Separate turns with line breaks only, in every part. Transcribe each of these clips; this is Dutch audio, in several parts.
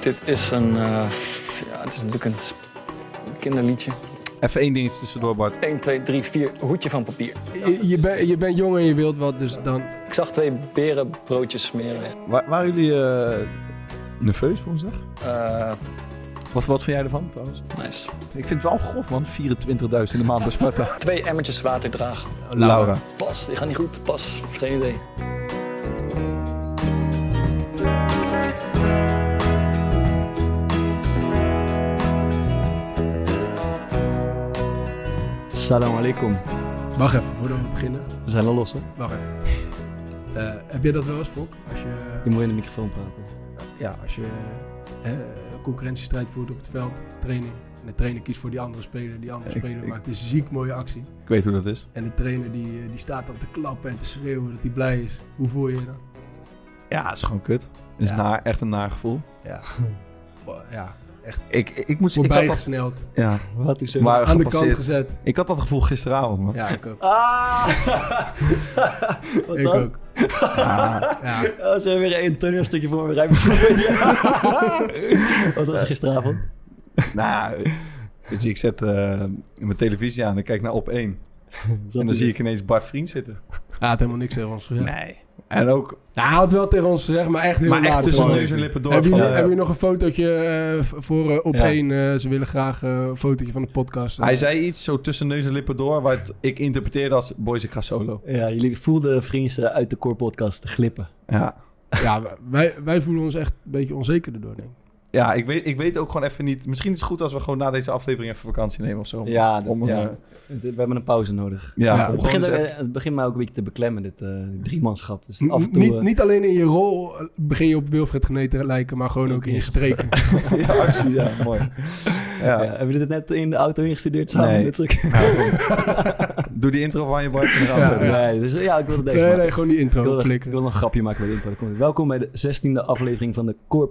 Dit is het is natuurlijk een kinderliedje.
Even één ding tussendoor, Bart.
1, 2, 3, 4, hoedje van papier.
Je bent jong en je wilt wat, dus dan...
Ik zag 2 berenbroodjes smeren.
Waren jullie nerveus woensdag? Wat vind jij ervan trouwens?
Nice.
Ik vind het wel grof, man. 24.000 in de maand bij Sparta.
2 emmertjes water dragen.
Laura.
Pas, die gaat niet goed. Pas, geen idee.
Salam alaikum.
Wacht even, voordat we beginnen.
We zijn al los, hè?
Wacht even. Heb jij dat wel eens, Fok? Als
Je moet in de microfoon praten.
als je concurrentiestrijd voert op het veld, training. En de trainer kiest voor die andere speler. Die andere speler maakt een ziek mooie actie.
Ik weet hoe dat is.
En de trainer die staat dan te klappen en te schreeuwen dat hij blij is. Hoe voel je je dan?
Ja, het is gewoon kut. Het is echt een naar gevoel.
Ja. Ja, echt
Ik moet
voorbij
dat...
gesneld.
Ja,
Wat is
maar
aan de kant
gepasseerd.
gezet.
Ik had dat gevoel gisteravond, man.
Ja, ik ook.
Wat
Ik
dan?
ook.
Ja.
Ja.
Oh, ze hebben weer een toneelstukje voor me rijden. Wat was er gisteravond?
Nou, weet je, ik zet mijn televisie aan en kijk naar op 1. En dan zie ik ineens Bart Vriend zitten.
Hij had helemaal niks tegen ons gezegd.
Nee. En ook...
Nou, hij had wel tegen ons gezegd, maar echt heel
Maar echt
laat.
tussen
Gewoon.
neus en lippen door.
Heb
van,
je nog een fotootje voor op
Ja.
1? Ze willen graag een fotootje van de podcast.
Hij zei iets zo tussen neus en lippen door, wat ik interpreteerde als boys, ik ga solo.
Ja, jullie voelden vrienden uit de Core Podcast te glippen.
Ja.
Ja, wij voelen ons echt een beetje onzeker erdoor, denk ik.
Ja, ik weet ook gewoon even niet... Misschien is het goed als we gewoon na deze aflevering even vakantie nemen of zo.
Ja,
we
hebben een pauze nodig.
Ja,
Het begint mij ook een beetje te beklemmen, dit driemanschap. Dus af en toe...
Niet alleen in je rol begin je op Wilfred Gené te lijken, maar gewoon ook in je streken.
ja, actie, ja, mooi. Ja.
Hebben jullie dit net in de auto ingestudeerd samen?
Nee.
Dit soort...
Doe die intro van je, Bart.
Nee, dus ja, ik wilde deze maken.
Nee, gewoon die intro
Ik
flikken.
wil nog een grapje maken bij de intro. Dan komt het. Welkom bij de 16e aflevering van de Core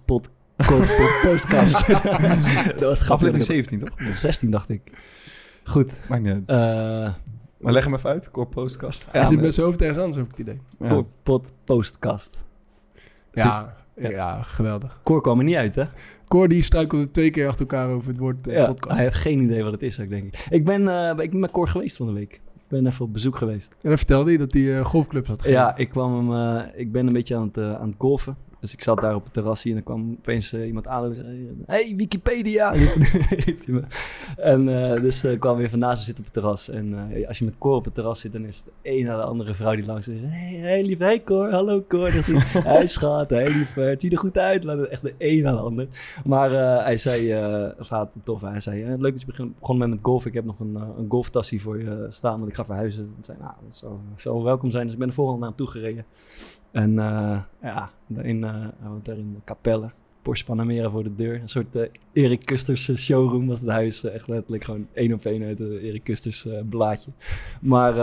Postcast. Dat was het
Aflevering 17, toch?
16, dacht ik. Goed.
Maakt niet uit. Maar leg hem even uit, Core Postcast.
Hij zit met zijn hoofd ergens anders, heb ik het idee.
Ja.
Core Postcast.
Ja, geweldig.
Core kwam er niet uit, hè?
Cor die struikelde 2 keer achter elkaar over het woord podcast.
Hij heeft geen idee wat het is, denk ik. Ik ben met Cor geweest van de week. Ik ben even op bezoek geweest.
En dan vertelde hij dat hij golfclubs had gedaan.
Ja, ik ben een beetje aan het golfen. Dus ik zat daar op het terrasje en er kwam opeens iemand aan en zei... Hey, Wikipedia! riep hij me. En dus kwam weer van naast me zitten op het terras. En als je met Cor op het terras zit, dan is het de een na de andere vrouw die langs is. Hey lief, hey Cor, hallo Cor. Hey schat, hey lief, het ziet er goed uit. Echt de een na de ander. Maar hij zei, hij zei, leuk dat je begon met golf. Ik heb nog een golftassie voor je staan, want ik ga verhuizen. En zei, nou, dat zou welkom zijn. Dus ik ben de volgende naar hem toe gereden. En daarin de Capelle, Porsche Panamera voor de deur. Een soort Erik Kusters showroom was het huis. Echt letterlijk gewoon 1 op 1 uit de Erik Kusters blaadje. Maar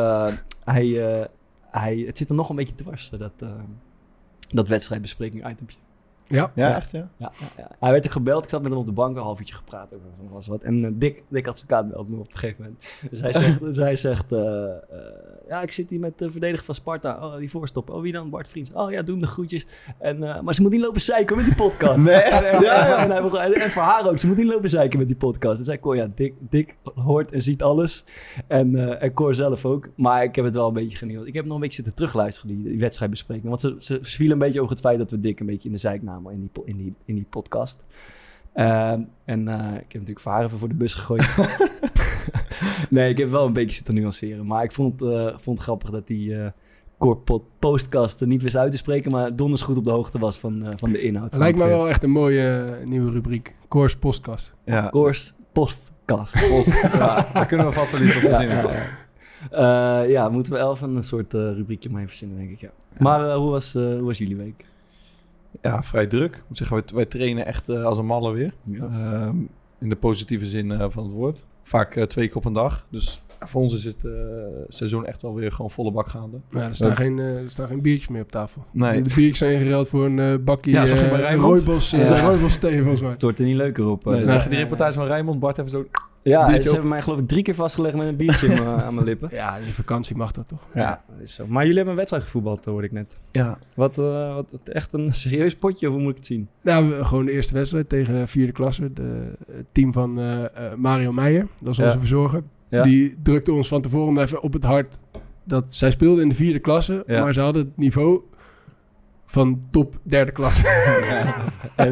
het zit er nog een beetje dwars, dat wedstrijdbespreking itempje.
Ja,
echt, ja?
Ja. Hij werd er gebeld. Ik zat met hem op de bank een half uurtje gepraat over van was wat. En Dick advocaat belde me op een gegeven moment. Dus hij zegt ik zit hier met de verdediger van Sparta. Oh, die voorstop. Oh, wie dan? Bart Vriends. Oh ja, doe hem de groetjes. En, maar ze moet niet lopen zeiken met die podcast.
Nee,
En voor haar ook. Ze moet niet lopen zeiken met die podcast. Dus zei Cor, ja, Dick hoort en ziet alles. En Cor zelf ook. Maar ik heb het wel een beetje genieuwd. Ik heb nog een beetje zitten terugluisteren, die wedstrijdbespreking. Want ze vielen een beetje over het feit dat we Dick een beetje in de zeik namen in die podcast. Ik heb natuurlijk Verhaar even voor de bus gegooid. Nee, ik heb wel een beetje zitten nuanceren. Maar ik vond het grappig dat die Core Postcast niet wist uit te spreken, maar donders goed op de hoogte was van de inhoud.
Het lijkt me wel echt een mooie nieuwe rubriek. Core's Podcast.
Ja.
Core's Postcast.
Ja, daar kunnen we vast wel iets op verzinnen.
Moeten we even een soort rubriekje mee verzinnen, denk ik. Ja. Maar hoe was jullie week?
Ja, vrij druk. Ik moet zeggen, wij trainen echt als een malle weer.
Ja.
In de positieve zin van het woord. Vaak 2 keer op een dag. Dus voor ons is het seizoen echt wel weer gewoon volle bak gaande.
Ja, er staan geen biertjes meer op tafel.
Nee.
De biertjes zijn ingeruild voor een bakje
Ja, zag je bij Rijnmond?
Rooibos thee, volgens mij.
Het wordt er niet leuker op.
Nee, zag je die reportage van Rijnmond? Bart even zo
Ja,
Biertje
ze
op.
hebben mij geloof ik 3 keer vastgelegd met een biertje aan mijn lippen.
Ja, in de vakantie mag dat toch?
Ja, dat is zo. Maar jullie hebben een wedstrijd gevoetbald, hoorde ik net.
Ja.
Wat echt een serieus potje, of hoe moet ik het zien?
Nou, gewoon de eerste wedstrijd tegen de 4e klasse. Het team van Mario Meijer, dat is onze
Ja.
verzorger.
Ja.
Die drukte ons van tevoren even op het hart dat zij speelden in de 4e klasse,
Ja.
maar ze hadden het niveau van top 3e klasse.
En-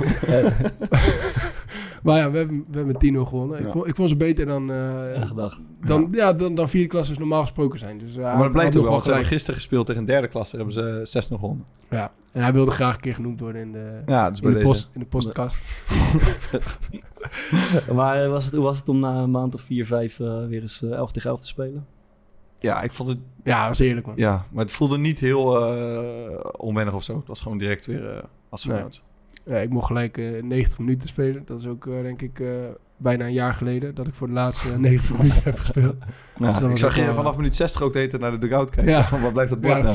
Maar ja, we hebben met 10-0 gewonnen.
Ja.
Ik vond ze beter dan,
gedacht.
dan 4e klasses normaal gesproken zijn. Dus,
Maar dat blijkt
had
ook wel,
nog
want ze hebben
gelijk.
gisteren gespeeld tegen een derde klasse. Daar hebben ze 6-0 gewonnen.
Ja. En hij wilde graag een keer genoemd worden in de,
Ja, dus bij
in de,
deze.
in de podcast.
Maar hoe was het om na een maand of 4, 5 weer eens 11 tegen 11 te spelen?
Ja, ik vond het...
Ja, dat was eerlijk, man.
Ja, maar het voelde niet heel onwennig of zo. Het was gewoon direct weer als
Nee.
vanuit.
Ja, ik mocht gelijk 90 minuten spelen. Dat is ook, denk ik, bijna een jaar geleden dat ik voor de laatste 90 minuten heb gespeeld.
Ja,
Dus dat
ik
was
zag
ook
je
wel-
vanaf minuut 60 ook de hele tijd naar de dugout kijken.
Ja.
Waar blijft dat bord
Ja.
nou?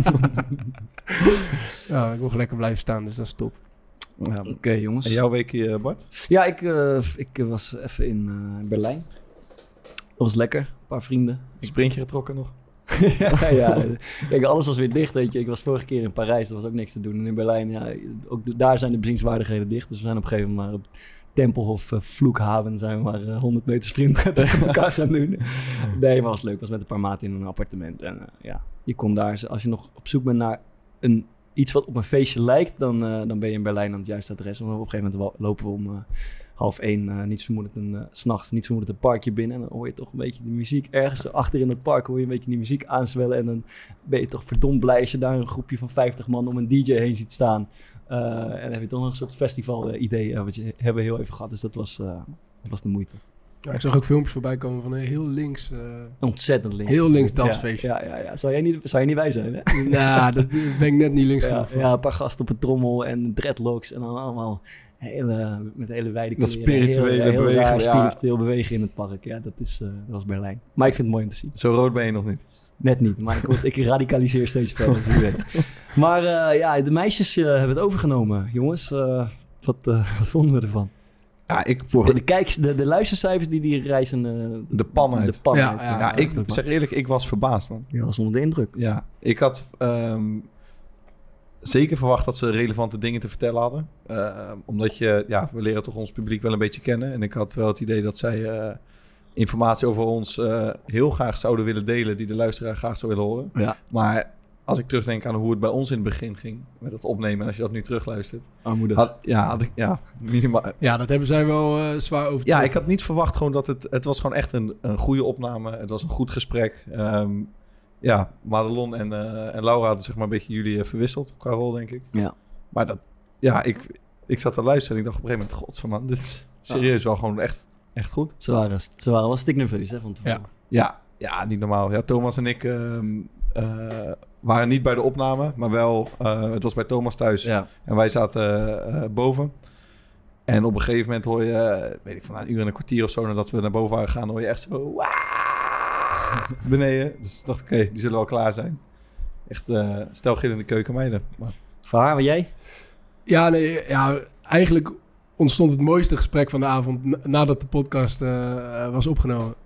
Ja, ik mocht lekker blijven staan, dus dat is top.
Ja.
Oké, jongens.
En jouw weekje, Bart?
Ja, ik was even in Berlijn. Dat was lekker. Een paar vrienden.
Sprintje getrokken nog?
Ja. Kijk, alles was weer dicht, weet je. Ik was vorige keer in Parijs, er was ook niks te doen. En in Berlijn, ja, ook daar zijn de bezienswaardigheden dicht. Dus we zijn op een gegeven moment maar op Tempelhof Vloekhaven zijn we maar 100 meter sprint tegen elkaar gaan doen. Nee, maar was leuk. Was met een paar maten in een appartement. En ja, je kon daar, als je nog op zoek bent naar iets wat op een feestje lijkt, dan ben je in Berlijn aan het juiste adres. Want op een gegeven moment lopen we om 12:30 s'nachts niet vermoedend een parkje binnen. En dan hoor je toch een beetje die muziek. Ergens achter in het park hoor je een beetje die muziek aanzwellen. En dan ben je toch verdomd blij als je daar een groepje van 50 man om een DJ heen ziet staan. En dan heb je toch nog een soort festival-idee wat je hebben heel even gehad. Dus dat was de moeite.
Ja, ik zag ook filmpjes voorbij komen van heel links.
Ontzettend links.
Heel links dansfeestje.
Ja. Zou je niet bij zijn, hè?
Nou, dat ben ik net niet links
Ja,
genoeg voor.
ja, een paar gasten op een trommel en dreadlocks. En dan allemaal met hele wijde
Dat
kleren.
spirituele
heel
bewegen,
raar
ja.
spiritueel bewegen in het park. Ja, dat was Berlijn. Maar ik vind het mooi om te zien.
Zo rood ben je nog niet.
Net niet, maar ik radicaliseer steeds verder. Dus wie weet. Maar ja, de meisjes hebben het overgenomen. Jongens, wat vonden we ervan?
Ja,
De luistercijfers die reizen
de pan uit.
De pan
Ja,
uit.
ja.
Ja, ik zeg eerlijk, ik was verbaasd, man.
Je was onder de indruk.
Ja, ik had zeker verwacht dat ze relevante dingen te vertellen hadden. Omdat we leren toch ons publiek wel een beetje kennen. En ik had wel het idee dat zij informatie over ons heel graag zouden willen delen, die de luisteraar graag zou willen horen.
Ja.
Maar als ik terugdenk aan hoe het bij ons in het begin ging, met het opnemen, en als je dat nu terugluistert,
Armoedig.
had ik minimaal.
Ja, dat hebben zij wel zwaar over.
Ja, ik had niet verwacht gewoon dat het was gewoon echt een goede opname. Het was een goed gesprek. Madelon en Laura hadden zeg maar een beetje jullie verwisseld qua rol, denk ik.
Ja.
Maar ik zat te luisteren en ik dacht op een gegeven moment, godverman, dit is serieus wel gewoon echt goed.
Ze waren wel stik nerveus, hè, van tevoren.
Ja, niet normaal. Ja, Thomas en ik waren niet bij de opname, maar wel, het was bij Thomas thuis.
Ja.
En wij zaten boven. En op een gegeven moment hoor je, weet ik van een uur en een kwartier of zo, nadat we naar boven waren gegaan, hoor je echt zo beneden. Dus ik dacht, oké, die zullen wel klaar zijn. Echt stelgillende keukenmeiden. Maar...
Vaar, jij?
Ja, eigenlijk ontstond het mooiste gesprek van de avond nadat de podcast was opgenomen.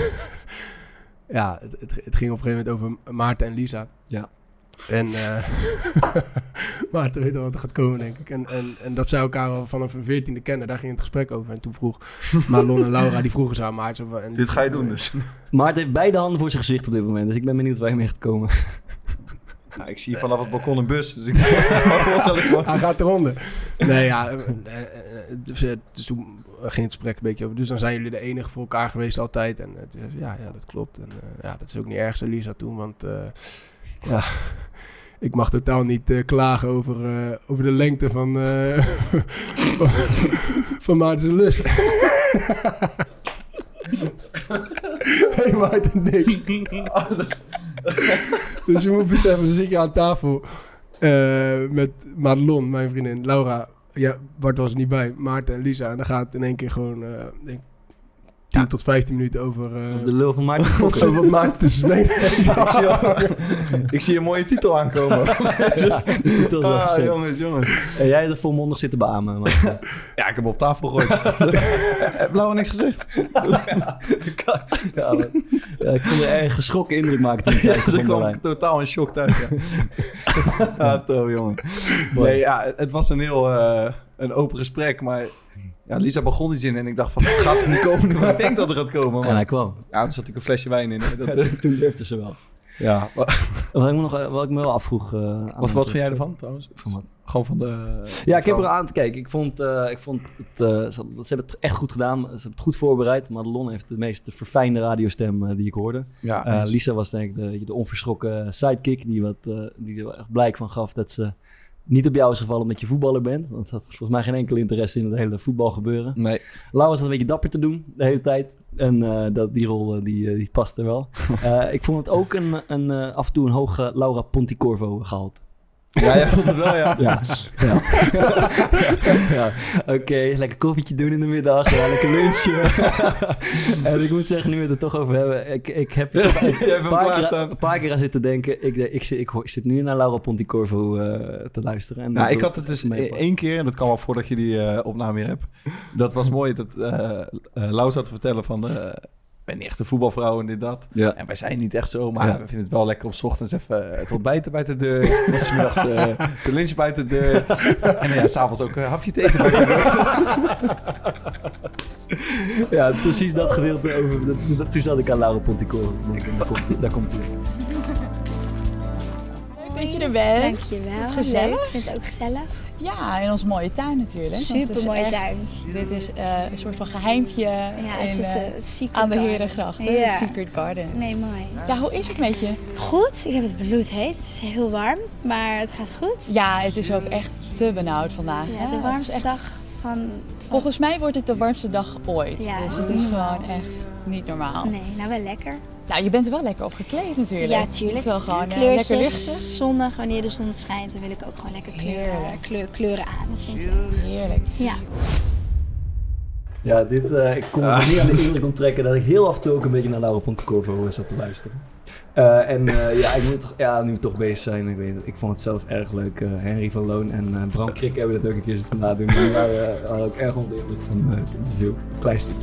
Ja, het ging op een gegeven moment over Maarten en Lisa.
Ja.
En Maarten weet wel wat er gaat komen, denk ik. En dat zij elkaar al vanaf een 14e kennen, daar ging het gesprek over. En toen vroeg Madelon en Laura, die vroegen ze aan Maarten. En
Dit ga je doen dus.
Maarten heeft beide handen voor zijn gezicht op dit moment. Dus ik ben benieuwd waar je mee gaat komen.
Nou, ik zie je vanaf het balkon een bus. Dus ik
Hij gaat eronder. Nee, ja. Dus toen ging het gesprek een beetje over. Dus dan zijn jullie de enige voor elkaar geweest altijd. En ja, dat klopt. En dat is ook niet erg, zei Lisa toen. Want ik mag totaal niet klagen over de lengte van Maarten's lust. Hey Maarten, niks. Dus je moet beseffen, dan zit je aan tafel met Madelon, mijn vriendin, Laura. Ja, Bart was er niet bij. Maarten en Lisa. En dan gaat het in één keer gewoon 10 tot 15 minuten over...
Of de lul van Maarten Fokker.
over wat Maarten te spelen.
Ik zie een mooie titel aankomen.
Ja, de titel is wel gezet.
jongens.
En jij er volmondig zitten beamen. Maar,
Ja, ik heb hem op tafel gegooid. Blauw niks gezegd.
ik vond er erg geschrokken indruk maken toen ik
Ja,
tijd
dus ik
vond.
kwam totaal in shock thuis. Ja, tof, jongen. Nee, ja, het was een heel een open gesprek, maar ja, Lisa begon die zin en ik dacht van, het gaat er niet komen nu, maar ik denk dat er gaat komen.
En
Maar
hij kwam.
ja, er zat natuurlijk een flesje wijn in. Hè. Dat,
Toen durfde ze wel.
ja,
Wat ik me wel afvroeg...
wat vind jij ervan trouwens?
Van wat?
Gewoon van de...
Ja, ik heb er aan te kijken. Ik vond het... ze hebben het echt goed gedaan. Ze hebben het goed voorbereid. Madelon heeft de meest verfijnde radiostem die ik hoorde.
Ja,
Lisa was denk ik de onverschrokken sidekick die er wel echt blijk van gaf dat ze niet op jou is gevallen omdat je voetballer bent. Want ze had volgens mij geen enkel interesse in het hele voetbalgebeuren.
nee.
Lau was een beetje dapper te doen de hele tijd. En die rol die paste wel. Ik vond het ook af en toe een hoge Laura Ponticorvo gehaald.
Ja, vond het wel, ja.
Ja. Ja. Oké, lekker koffietje doen in de middag. Ja, lekker lunchen. En ik moet zeggen, nu we het er toch over hebben. Ik heb een paar keer aan zitten denken. Ik zit nu naar Laura Ponticorvo te luisteren. En
Nou, ik had het dus één keer, en dat kan wel voordat je die opname weer hebt. Dat was mooi, dat Lau zat te vertellen van... Ik ben niet echt een voetbalvrouw en dit, dat.
Ja.
En wij zijn niet echt zo, maar
Ja.
we vinden het wel lekker om 's ochtends even het ontbijten buiten de deur. En 's middags de lunch buiten de deur. En ja, 's avonds ook een hapje te eten buiten de deur.
Ja, precies dat gedeelte over. Toen zat ik aan Laura Ponticorvo te denken. Daar komt hij.
Leuk dat je er bent.
Dankjewel.
Het is gezellig.
Leuk. Ik vind het ook gezellig.
Ja, in onze mooie tuin natuurlijk. Want het
Super
is
mooie
echt-
tuin.
Dit is een soort van geheimpje
Ja, het is secret
aan de
garden.
Herengracht. hè?
Ja.
De Secret Garden.
Nee, mooi.
Ja, hoe is het met je?
Goed, ik heb het bloedheet. Het is heel warm, maar het gaat goed.
Ja, het is ook echt te benauwd vandaag.
Ja,
hè?
de
Het is
warmste
echt-
dag van...
Volgens mij wordt het de warmste dag ooit.
Ja,
Dus het is
niet
gewoon echt niet normaal.
Nee, nou wel lekker.
Nou, je bent er wel lekker op gekleed natuurlijk.
Ja,
Het
tuurlijk.
is wel gewoon
Kleurtjes,
lekker luchtig.
zonnig, wanneer de zon schijnt, dan wil ik ook gewoon lekker kleuren aan. Dat vind ik leuk.
Heerlijk.
Ja.
Ja, ik kon me niet aan de indruk onttrekken dat ik heel af en toe ook een beetje naar Laura Ponticorvo zat te luisteren. Ik moet toch, nu we toch bezig zijn, ik vond het zelf erg leuk. Henry van Loon en Bram Krik hebben dat ook een keer zitten nadoen. Die waren ook erg onder de indruk van het interview. Klein stukje.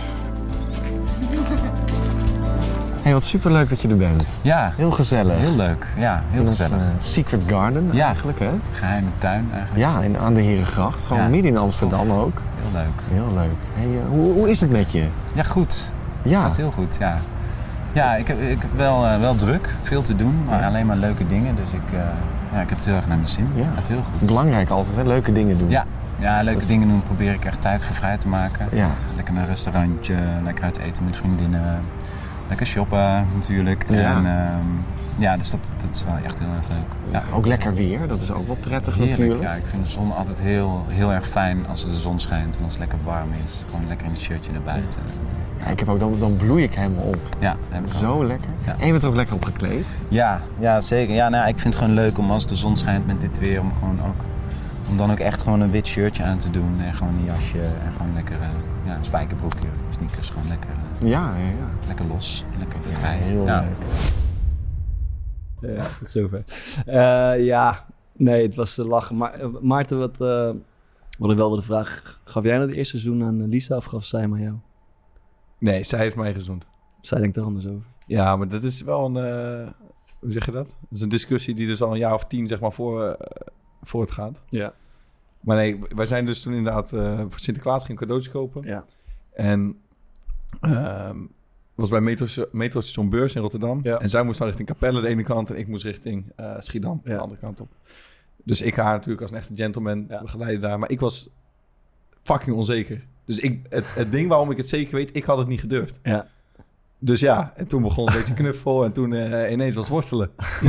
Hey, wat superleuk dat je er bent.
Ja,
Heel gezellig.
heel leuk. Ja, heel
In
gezellig.
ons, Secret Garden
Ja.
eigenlijk, hè?
Geheime tuin eigenlijk.
Ja, aan de Herengracht. Gewoon
Ja.
midden in Amsterdam ook.
Heel leuk.
Heel leuk. Hey, hoe is het met je?
Ja, goed.
Ja.
Gaat heel goed, ja. Ja, ik heb wel druk. Veel te doen, maar alleen maar leuke dingen. Dus ik heb het heel erg naar mijn zin.
Ja.
Gaat heel goed.
Belangrijk altijd, hè? Leuke dingen doen.
Ja, leuke dingen doen probeer ik echt tijd voor vrij te maken.
Ja.
Lekker naar een restaurantje, lekker uit eten met vriendinnen. Lekker shoppen natuurlijk.
Ja.
En dus dat is wel echt heel erg leuk. Ja.
Ook lekker weer, dat is ook wel prettig
Heerlijk,
natuurlijk.
ja. Ik vind de zon altijd heel, heel erg fijn als de zon schijnt en als het lekker warm is. Gewoon lekker in het shirtje naar buiten.
Ja, ik heb ook, dan bloei ik helemaal op.
Ja, dat heb ik ook.
Zo lekker.
Ja.
En je bent er ook lekker op gekleed.
Ja, zeker. Ja, ik vind het gewoon leuk om als de zon schijnt met dit weer, om dan ook echt gewoon een wit shirtje aan te doen en gewoon een jasje en gewoon lekker een spijkerbroekje, sneakers, gewoon lekker,
Ja.
lekker los, lekker vrij.
Heel
Ja.
leuk.
Ja, tot zover. Nee, het was lachen. Maar Maarten, wat ik wel de vraag, gaf jij nou het eerste seizoen aan Lisa of gaf zij maar jou?
Nee, zij heeft mij gezoend.
Zij denkt er anders over.
Ja, maar dat is wel een... hoe zeg je dat? Dat is een discussie die dus al een jaar of 10 zeg maar voor het gaat.
Ja.
Maar nee, wij zijn dus toen inderdaad voor Sinterklaas ging cadeautjes kopen.
Ja.
En was bij metrostation Beurs in Rotterdam.
Ja.
En zij moest dan richting Capelle de ene kant en ik moest richting Schiedam de andere kant op. Dus ik haar natuurlijk als een echte gentleman begeleiden daar. Maar ik was fucking onzeker. Dus het ding waarom ik het zeker weet, ik had het niet gedurfd.
Ja.
Dus ja, en toen begon een beetje knuffel en toen ineens was worstelen.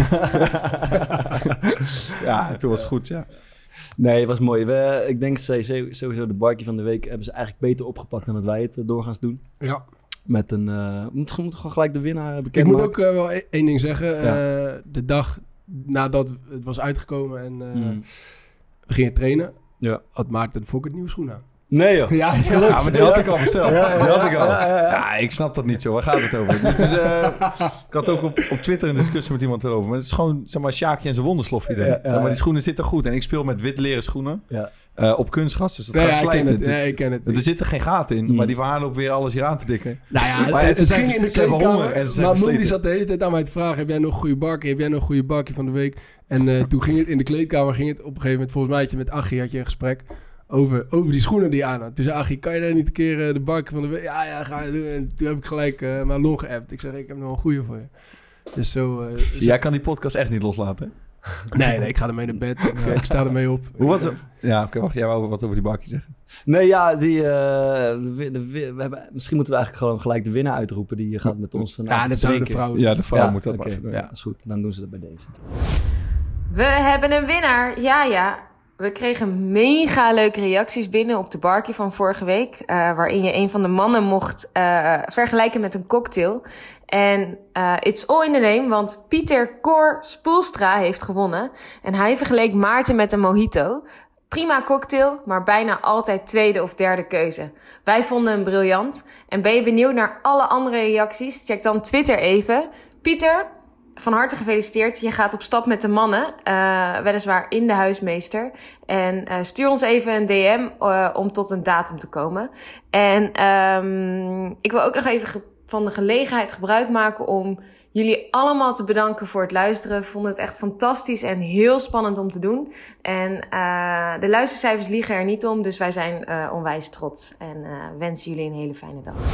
Ja, en toen was het goed, ja.
Nee, het was mooi. Ik denk sowieso de barkie van de week hebben ze eigenlijk beter opgepakt dan dat wij het doorgaans doen.
Ja.
Met een... moet gewoon gelijk de winnaar
Ik
bekend
moet
maken.
ook wel één ding zeggen.
Ja.
De dag nadat het was uitgekomen en we gingen trainen, had Maarten de Fokker nieuwe schoenen aan.
Nee joh.
Ja,
Ja, maar die had ik al besteld. Die had ik al. Ja, ik snap dat niet, joh. Waar gaat het over? Dit is, ik had ook op Twitter een discussie met iemand erover. Maar het is gewoon, zeg maar, Sjaakje en zijn wonderslof idee.
Ja,
Zeg maar, die schoenen zitten goed. En ik speel met wit leren schoenen.
Ja.
Op kunstgras, dus dat
Nee,
gaat
ja,
slijten.
ik ken het.
Er zitten geen gaten in, maar die verhalen ook weer alles hier aan te dikken.
Nou ja,
Maar
het
ze
ging in de
ze hebben
kleedkamer.
honger en ze zijn
Maar Mondi
versleten.
zat de hele tijd aan mij te vragen, heb jij nog een goede bakje? Heb jij nog een goede bakje van de week? En toen ging het in de kleedkamer, op een gegeven moment, volgens mij had je met Achie had je een gesprek over die schoenen die je aan had. Toen zei Achie, kan je daar niet een keer de bakje van de week? Ja, ga je doen. En toen heb ik gelijk mijn long geappt. Ik zeg, ik heb nog een goede voor je. Dus zo...
Jij kan die podcast echt niet loslaten, hè?
Nee, ik ga ermee naar bed. Ik sta ermee op.
Hoe was het? Ja, oké, wacht. Jij wou wat over die bakje zeggen.
Nee, ja, we hebben, misschien moeten we eigenlijk gewoon gelijk de winnaar uitroepen. Die gaat met ons
Ja, dat zouden de vrouwen.
Ja, de vrouw moet dat
oké.
maar even doen.
Ja, is goed. Dan doen ze dat bij deze.
We hebben een winnaar. Ja. We kregen mega leuke reacties binnen op de barkie van vorige week. Waarin je een van de mannen mocht vergelijken met een cocktail. En it's all in the name, want Pieter Cor Spoelstra heeft gewonnen. En hij vergeleek Maarten met een mojito. Prima cocktail, maar bijna altijd tweede of derde keuze. Wij vonden hem briljant. En ben je benieuwd naar alle andere reacties? Check dan Twitter even. Pieter, van harte gefeliciteerd. Je gaat op stap met de mannen. Weliswaar in de huismeester. En stuur ons even een DM om tot een datum te komen. En ik wil ook nog even van de gelegenheid gebruik maken om jullie allemaal te bedanken voor het luisteren. Ik vond het echt fantastisch en heel spannend om te doen. En de luistercijfers liegen er niet om, dus wij zijn onwijs trots. En wensen jullie een hele fijne dag.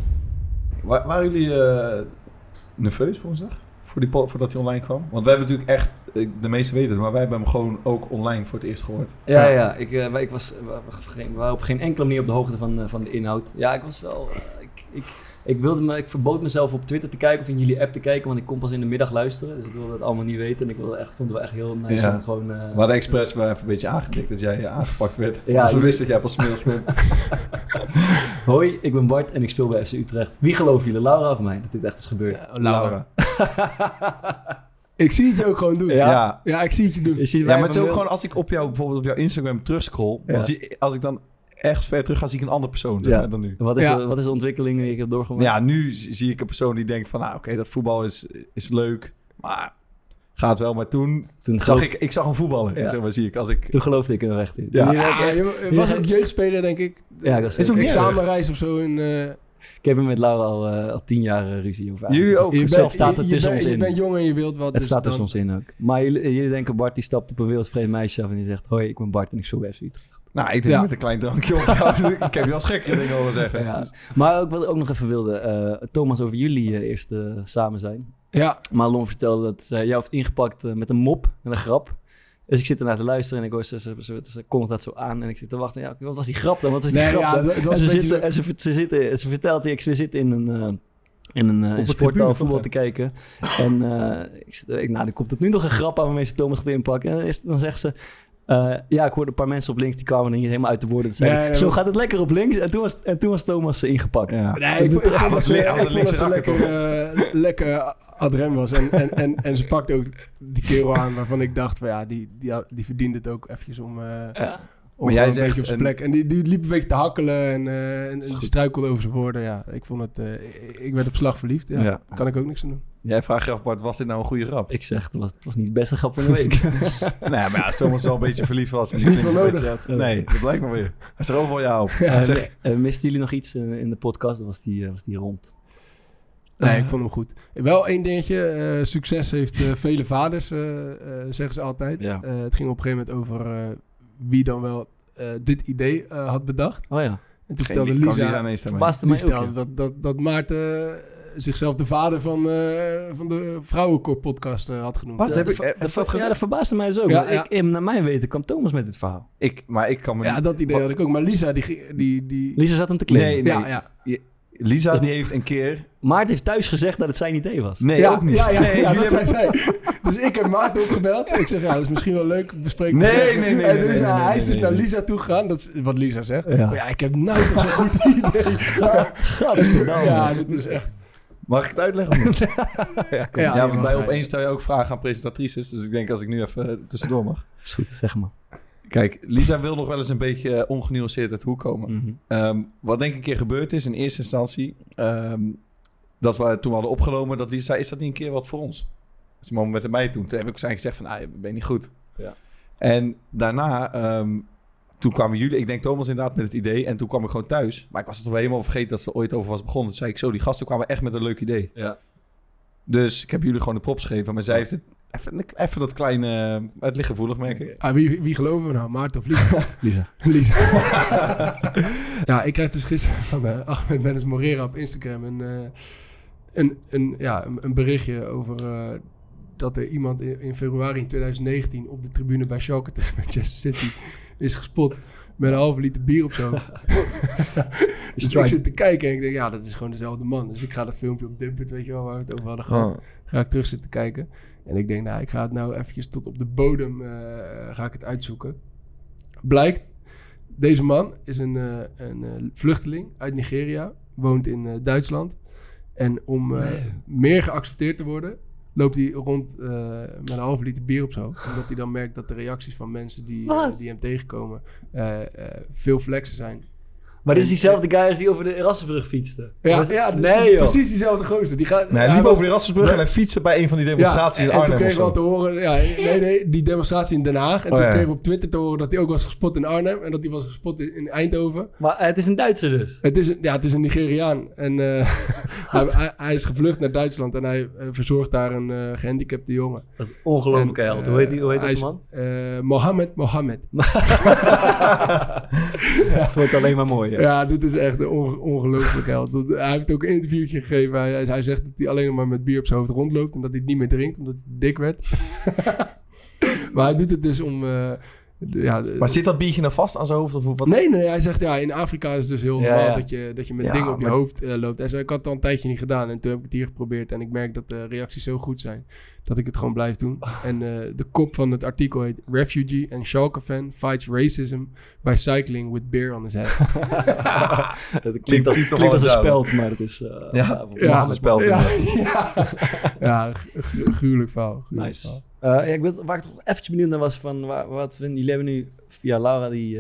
Waren jullie nerveus woensdag? Voordat hij online kwam? Want wij hebben natuurlijk echt, de meesten weten het, maar wij hebben hem gewoon ook online voor het eerst gehoord.
Ja. We waren op geen enkele manier op de hoogte van de inhoud. Ja, ik was wel... Ik verbood mezelf op Twitter te kijken of in jullie app te kijken, want ik kon pas in de middag luisteren. Dus ik wilde het allemaal niet weten. En vond het wel echt heel nice.
Ja.
Gewoon,
we hadden expres wel even een beetje aangedikt dat jij aangepakt werd.
Ja,
want we wisten dat jij pas 's middags kwam.
Hoi, ik ben Bart en ik speel bij FC Utrecht. Wie geloven jullie, Laura of mij, dat dit echt is gebeurd?
Ja, Laura. Ik zie het je ook gewoon doen.
Ja,
ik zie het je doen.
Ja, maar het is ook gewoon als ik bijvoorbeeld op jouw Instagram terugscroll, dan als ik dan echt ver terug ga, zie ik een andere persoon dan nu.
Wat is de ontwikkeling die ik heb doorgemaakt?
Ja, nu zie ik een persoon die denkt van, oké, dat voetbal is leuk, maar gaat wel. Maar toen zag ik zag een voetballer, zeg maar, zie ik.
Toen geloofde ik er nog echt in.
Ja, je was ook jeugdspeler, denk ik.
Ja, dat
is ook examenreis of zo.
Ik heb hem met Laura al 10 jaar ruzie over.
Jullie ook?
Het staat er tussen ons in.
Je bent jong en je wilt wat.
Het staat tussen ons in ook. Maar jullie denken, Bart die stapt op een wereldvreemd meisje af en die zegt, hoi, ik ben Bart en ik speel bij FC Utrecht.
Nou, ik denk met een klein drankje op. Ik heb je als gekkere dingen horen zeggen.
Ja. Maar wat ik ook nog even wilde, Thomas, over jullie eerst samen zijn.
Ja.
Marlon vertelde dat jij had ingepakt met een mop en een grap. Dus ik zit ernaar te luisteren en ik hoor ze kondigt dat zo aan. En ik zit te wachten. Ja, wat was die grap dan? Wat was die grap dan? Ze vertelt, we zitten in een sporthal voetbal te kijken. En dan komt het nu nog een grap aan waarmee ze Thomas gaat inpakken. En dan zegt ze... ik hoorde een paar mensen op links die kwamen er niet helemaal uit de woorden. Zo gaat het lekker op links. En toen was Thomas ingepakt.
Ja. Nee, ik vond dat ze lekker adrem was. En ze pakte ook die kerel aan waarvan ik dacht van die verdient het ook eventjes om
maar jij
een
zegt
beetje op zijn plek. En die liep een beetje te hakkelen en struikelde over zijn woorden. Ja, ik vond het... ik werd op slag verliefd. Ja, daar kan ik ook niks aan doen.
Jij vraagt je af, Bart, was dit nou een goede grap?
Ik zeg, het was niet de beste grap van de week.
Maar als Thomas wel een beetje verliefd was... en niet veel nodig. Nee, dat blijkt maar weer. Hij is er overal jou op.
Misten jullie nog iets in de podcast? Of was die rond?
Nee, ik vond hem goed. Wel één dingetje. Succes heeft vele vaders, zeggen ze altijd. Ja. Het ging op een gegeven moment over wie dan wel dit idee had bedacht.
Oh ja.
En toen vertelde Lisa dat Maarten zichzelf de vader van de Vrouwenkop-podcast had genoemd.
Wat?
Dat verbaasde mij dus ook. Ja. Naar mijn weten kwam Thomas met dit verhaal.
Ik kan me
niet... Ja, dat idee had ik ook. Maar Lisa, die...
Lisa zat hem te kleden.
Nee. Ja. Lisa die heeft een keer...
Maarten heeft thuis gezegd dat het zijn idee was.
Nee, ook niet.
Ja, dat zei zij. Dus ik heb Maarten opgebeld. Ik zeg, dat is misschien wel leuk. Bespreken.
Nee.
Hij is naar Lisa toe gegaan. Dat is wat Lisa zegt. Ja, ik heb nou toch zo'n goed idee. Ja, dit is echt...
Mag ik het uitleggen? Want bij Opeens stel je ook vragen aan presentatrices. Dus ik denk als ik nu even tussendoor mag.
Is goed, zeg maar.
Kijk, Lisa wil nog wel eens een beetje ongenuanceerd uit de hoek komen. Wat denk ik een keer gebeurd is in eerste instantie... dat we toen we hadden opgenomen dat Lisa zei... is dat niet een keer wat voor ons? Dus die moment met mij toen. Toen heb ik waarschijnlijk gezegd van... je bent niet goed.
Ja.
En daarna... toen kwamen jullie... Ik denk Thomas inderdaad met het idee. En toen kwam ik gewoon thuis. Maar ik was het toch wel helemaal vergeten dat ze er ooit over was begonnen. Toen zei ik zo... Die gasten kwamen echt met een leuk idee.
Ja.
Dus ik heb jullie gewoon de props gegeven. Maar zij heeft het... Even dat kleine... het ligt gevoelig, merk ik.
Wie geloven we nou? Maarten of Lisa?
Lisa.
Ja, ik kreeg dus gisteren van Ahmed Bennis Morera op Instagram een berichtje over dat er iemand in februari in 2019 op de tribune bij Schalke tegen Manchester City is gespot met een halve liter bier op zo. Dus ik zit te kijken en ik denk, ja, dat is gewoon dezelfde man. Dus ik ga dat filmpje op Dumpert, weet je wel, waar we het over hadden gehad. Ga ik terug zitten kijken. En ik denk, nou, ik ga het nou eventjes tot op de bodem ga ik het uitzoeken. Blijkt, deze man is een vluchteling uit Nigeria, woont in Duitsland. En om meer geaccepteerd te worden, loopt hij rond met een halve liter bier op zo. Omdat hij dan merkt dat de reacties van mensen die hem tegenkomen veel flexen zijn.
Maar dit is diezelfde guy als die over de Erasmusbrug fietste.
Ja, dat is precies diezelfde gozer.
Hij liep over de Erasmusbrug en hij fietste bij een van die demonstraties in Arnhem.
En toen kregen we te horen... die demonstratie in Den Haag. En toen kregen we op Twitter te horen dat hij ook was gespot in Arnhem. En dat hij was gespot in Eindhoven.
Maar het is een Duitser dus?
Het is een Nigeriaan. En hij is gevlucht naar Duitsland. En hij verzorgt daar een gehandicapte jongen.
Dat is ongelooflijke held. Hoe heet deze man?
Mohammed.
Het wordt alleen maar mooi.
Ja, dit is echt een ongelooflijke held. Hij heeft ook een interviewtje gegeven. Hij zegt dat hij alleen nog maar met bier op zijn hoofd rondloopt. En dat hij het niet meer drinkt, omdat hij dik werd. Maar hij doet het dus om...
maar zit dat biertje nou vast aan zijn hoofd? Of wat?
Nee, hij zegt in Afrika is het dus heel normaal dat je met dingen op je hoofd loopt. Hij zei, ik had het al een tijdje niet gedaan en toen heb ik het hier geprobeerd. En ik merk dat de reacties zo goed zijn dat ik het gewoon blijf doen. En de kop van het artikel heet Refugee and Schalke fan fights racism by cycling with beer on his head.
Dat klinkt als een speld, maar het is...
een speld.
Ja, gruwelijk verhaal.
Nice. Waar ik toch eventjes benieuwd naar was van... Wat vinden jullie hebben nu via Laura die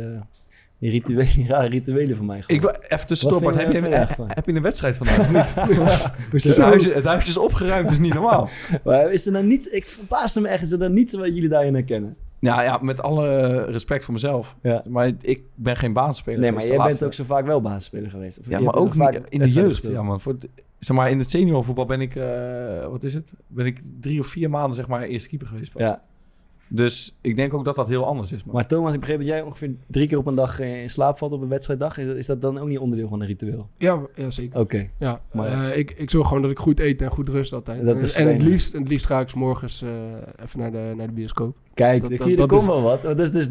rare rituelen van mij gehad.
Ik wil even tussendoor, Bart. Heb je een wedstrijd vandaag of niet? Het huis is opgeruimd, is niet normaal.
Maar is er nou niet... Ik verbaasde me echt. Is er dan niets wat jullie daarin herkennen?
Ja, met alle respect voor mezelf. Ja. Maar ik ben geen basisspeler.
Nee, maar jij bent ook zo vaak wel basisspeler geweest.
Of maar ook niet in de jeugd. Ja, man. Zeg maar, in het seniorvoetbal ben ik... wat is het? Ben ik 3 of 4 maanden, zeg maar, eerste keeper geweest pas. Ja. Dus ik denk ook dat dat heel anders is.
Maar Thomas, ik begreep dat jij ongeveer 3 keer op een dag in slaap valt op een wedstrijddag. Is dat dan ook niet onderdeel van een ritueel?
Ja zeker.
Oké.
Ja, maar ik zorg gewoon dat ik goed eet en goed rust altijd. En het liefst ga ik 's morgens even naar de bioscoop.
Kijk, er komt wel wat.
Maar het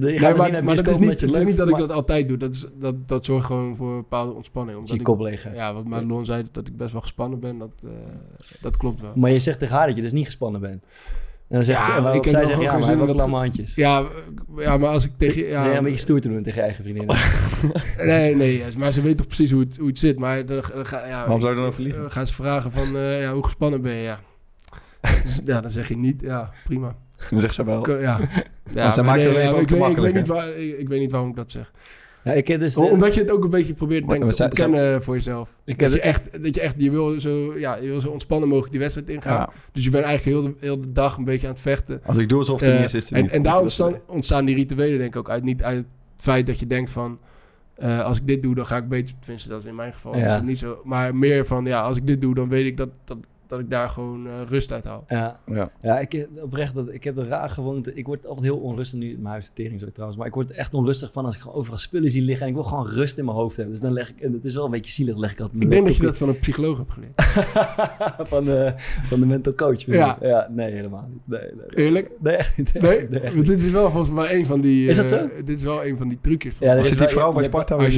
is niet dat ik dat altijd doe. Dat zorgt gewoon voor een bepaalde ontspanning.
Omdat je kop leeg.
Ja, wat Madelon zei, dat ik best wel gespannen ben, dat klopt wel.
Maar je zegt tegen haar dat je dus niet gespannen bent. En dan zegt zij zegt, maar hij heeft ook allemaal handjes.
Ja, maar als ik tegen...
een beetje stoer te doen tegen je eigen vriendin.
nee, maar ze weet toch precies hoe het zit. Maar
waarom zou je dan over liegen?
Gaan ze vragen van, hoe gespannen ben je? Ja. Dus, dan zeg je niet, ja, prima.
Dan zegt ze wel.
Maar zij maakt het even ook te makkelijk. Ik weet niet waarom ik dat zeg. Ja, omdat je het ook een beetje probeert te ontkennen voor jezelf. Je wil zo ontspannen mogelijk die wedstrijd ingaan. Ja. Dus je bent eigenlijk heel de dag een beetje aan het vechten.
Als ik doe alsof het niet is,
en daar ontstaan die rituelen denk ik ook uit. Niet uit het feit dat je denkt van... als ik dit doe, dan ga ik beter... Tenminste, dat is in mijn geval is het niet zo. Maar meer van, als ik dit doe, dan weet ik dat ik daar gewoon rust uit haal.
Ja, ik heb een raar gewoonte. Ik word altijd heel onrustig nu. Mijn huis is tering zo trouwens. Maar ik word echt onrustig van als ik gewoon overal spullen zie liggen. En ik wil gewoon rust in mijn hoofd hebben. Dus dan leg ik... En het is wel een beetje zielig. Leg ik altijd
ik denk dat je dat van een psycholoog hebt geleerd.
van de mental coach. Ja, nee, helemaal niet. Nee.
Eerlijk?
Nee, echt niet.
Nee? Dit is wel volgens mij een van die...
Is dat zo?
Dit is wel een van die trucjes.
Als je die vrouw bij Sparta...
Als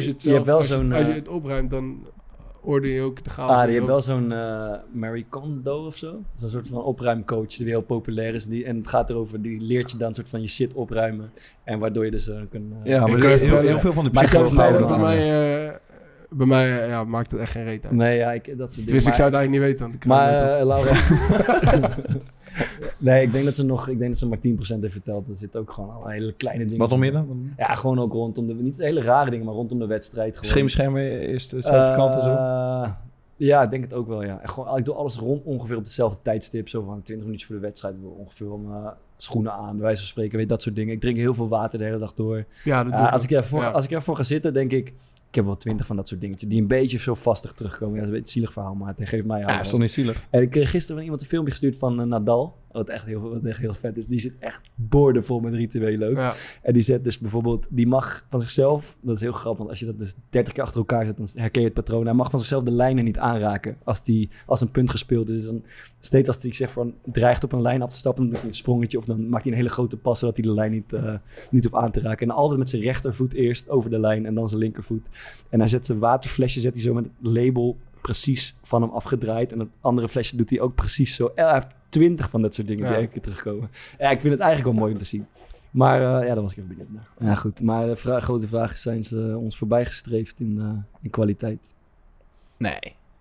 je het opruimt, dan... oordeel je ook de chaos.
Je hebt wel zo'n Marie Kondo of zo. Zo'n soort van opruimcoach die heel populair is. En het gaat erover, die leert je dan een soort van je shit opruimen. En waardoor je dus kunt...
heel veel van de psychologen.
Bij mij maakt het echt geen reet uit.
Nee, dat soort dingen.
Dus ik zou het eigenlijk niet weten. Want
Laura... Nee, ik denk dat ze maar 10% heeft verteld. Er zitten ook gewoon al hele kleine dingen.
Wat nog meer dan?
Ja, gewoon ook rondom niet hele rare dingen, maar rondom de wedstrijd.
Schemerschermen is dezelfde kant en zo?
Ja, ik denk het ook wel, ja. En gewoon, ik doe alles rond ongeveer op hetzelfde tijdstip. Zo van 20 minuutjes voor de wedstrijd. Ongeveer om schoenen aan, bij wijze van spreken. Weet dat soort dingen. Ik drink heel veel water de hele dag door.
Ja, dat
als ik ervoor ga zitten, denk ik... Ik heb wel 20 van dat soort dingetjes die een beetje zo vastig terugkomen. Ja, dat is een beetje een zielig verhaal, maar het geeft mij...
Ja, is toch niet zielig?
En ik kreeg gisteren van iemand een filmpje gestuurd van Nadal. Wat echt heel vet is. Die zit echt boordevol met rituelen ook. Ja. En die zet dus bijvoorbeeld... Die mag van zichzelf... Dat is heel grappig, want als je dat dus 30 keer achter elkaar zet... dan herken je het patroon. Hij mag van zichzelf de lijnen niet aanraken. Als een punt gespeeld is. Dus dan, steeds als hij zegt van... dreigt op een lijn af te stappen... dan doet hij een sprongetje... of dan maakt hij een hele grote pas... zodat hij de lijn niet hoeft aan te raken. En altijd met zijn rechtervoet eerst over de lijn... en dan zijn linkervoet. En hij zet zijn waterflesje... zet hij zo met het label... precies van hem afgedraaid. En het andere flesje doet hij ook precies zo. Hij heeft 20 van dat soort dingen die elke keer terugkomen. Ja, ik vind het eigenlijk wel mooi om te zien. Maar ja, dat was ik even benieuwd naar. Ja, goed. Maar de grote vraag is, zijn ze ons voorbijgestreefd in kwaliteit?
Nee.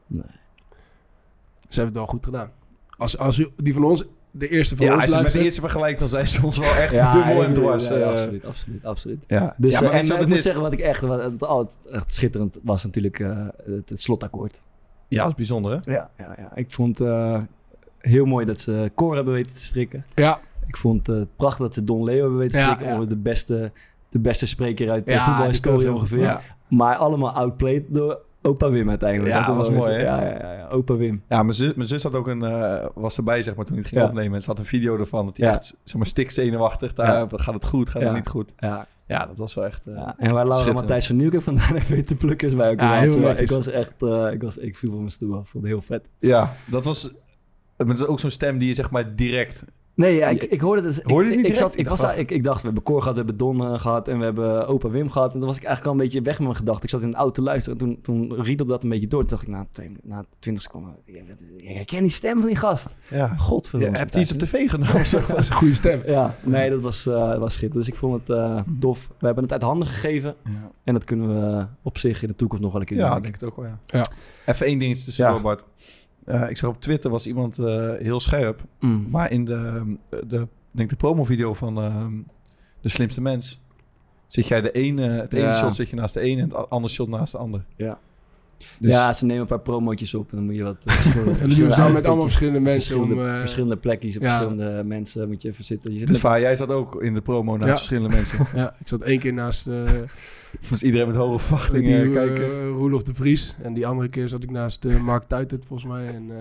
Ze hebben het wel goed gedaan. Als u die van ons, de eerste van ons
als je
luistert...
met de eerste vergelijkt, dan zijn ze ons wel echt dubbel en dwars.
Ja, absoluut. Ja. Dus,
maar
ik moet zeggen, wat ik echt schitterend was natuurlijk het slotakkoord.
Ja, dat is bijzonder, hè?
Ja. Ik vond heel mooi dat ze koor hebben weten te strikken.
Ja.
Ik vond het prachtig dat ze Don Leo hebben weten te strikken. Ja. De beste spreker uit de voetbalhistorie ongeveer. Ja. Maar allemaal outplayed door opa Wim uiteindelijk.
Ja, dat was mooi, hè?
Ja, opa Wim.
Ja, mijn zus had ook was erbij, zeg maar, toen hij het ging opnemen. En ze had een video ervan dat hij echt, zeg maar, stikzenuwachtig daar... Gaat het goed? Gaat het niet goed? Ja, dat was wel echt...
en waar Laura Matthijs van Nieuwkerk vandaan heeft weten te plukken is mij ook ik was echt... ik viel van mijn stoel af. Vond het heel vet.
Ja, dat was... Maar dat is ook zo'n stem die je, zeg maar, direct...
Nee, ja, ik hoorde het.
Hoorde je het niet
ik dacht, we hebben Cor gehad, we hebben Don gehad en we hebben opa Wim gehad. En toen was ik eigenlijk al een beetje weg met mijn gedachten. Ik zat in de auto te luisteren en toen riedelde dat een beetje door. Toen dacht ik, na 20 seconden, ik herken die stem van die gast.
Ja.
Godverdomme.
Heb je iets op tv gedaan? Dat
was een goede stem.
Ja, nee, dat was schitterend. Dus ik vond het tof. We hebben het uit handen gegeven. Ja. En dat kunnen we op zich in de toekomst nog wel een keer doen.
Ja, ik denk het ook wel, ja. Even één dingetje tussendoor, Bart. Ik zag op Twitter was iemand heel scherp. Maar in de promovideo van De Slimste Mens... zit jij het ene shot zit je naast de ene... en het andere shot naast de ander.
Ja. Dus, ja, ze nemen een paar promootjes op... en dan moet je wat...
en dan doen ze dan met allemaal verschillende mensen...
Verschillende plekjes op verschillende mensen moet je even zitten.
Dus jij zat ook in de promo naast verschillende mensen?
Ja, ik zat 1 keer naast...
Dus iedereen met hoge verwachtingen kijken.
Roelof de Vries. En die andere keer zat ik naast Mark Tuitert, volgens mij. En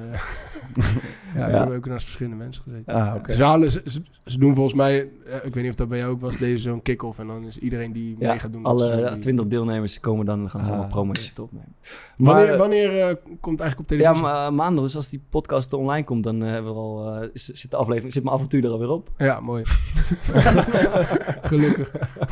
ik heb ook naast verschillende mensen gezeten.
Ah,
okay. Ze doen volgens mij, ik weet niet of dat bij jou ook was, deze zo'n kick-off. En dan is iedereen die mee gaat doen.
Alle 20 deelnemers komen dan en gaan ze allemaal promo's opnemen.
Wanneer komt eigenlijk op televisie?
Ja, maandag. Dus als die podcast online komt, dan hebben we al, zit de aflevering, zit mijn avontuur er alweer op.
Ja, mooi. Gelukkig.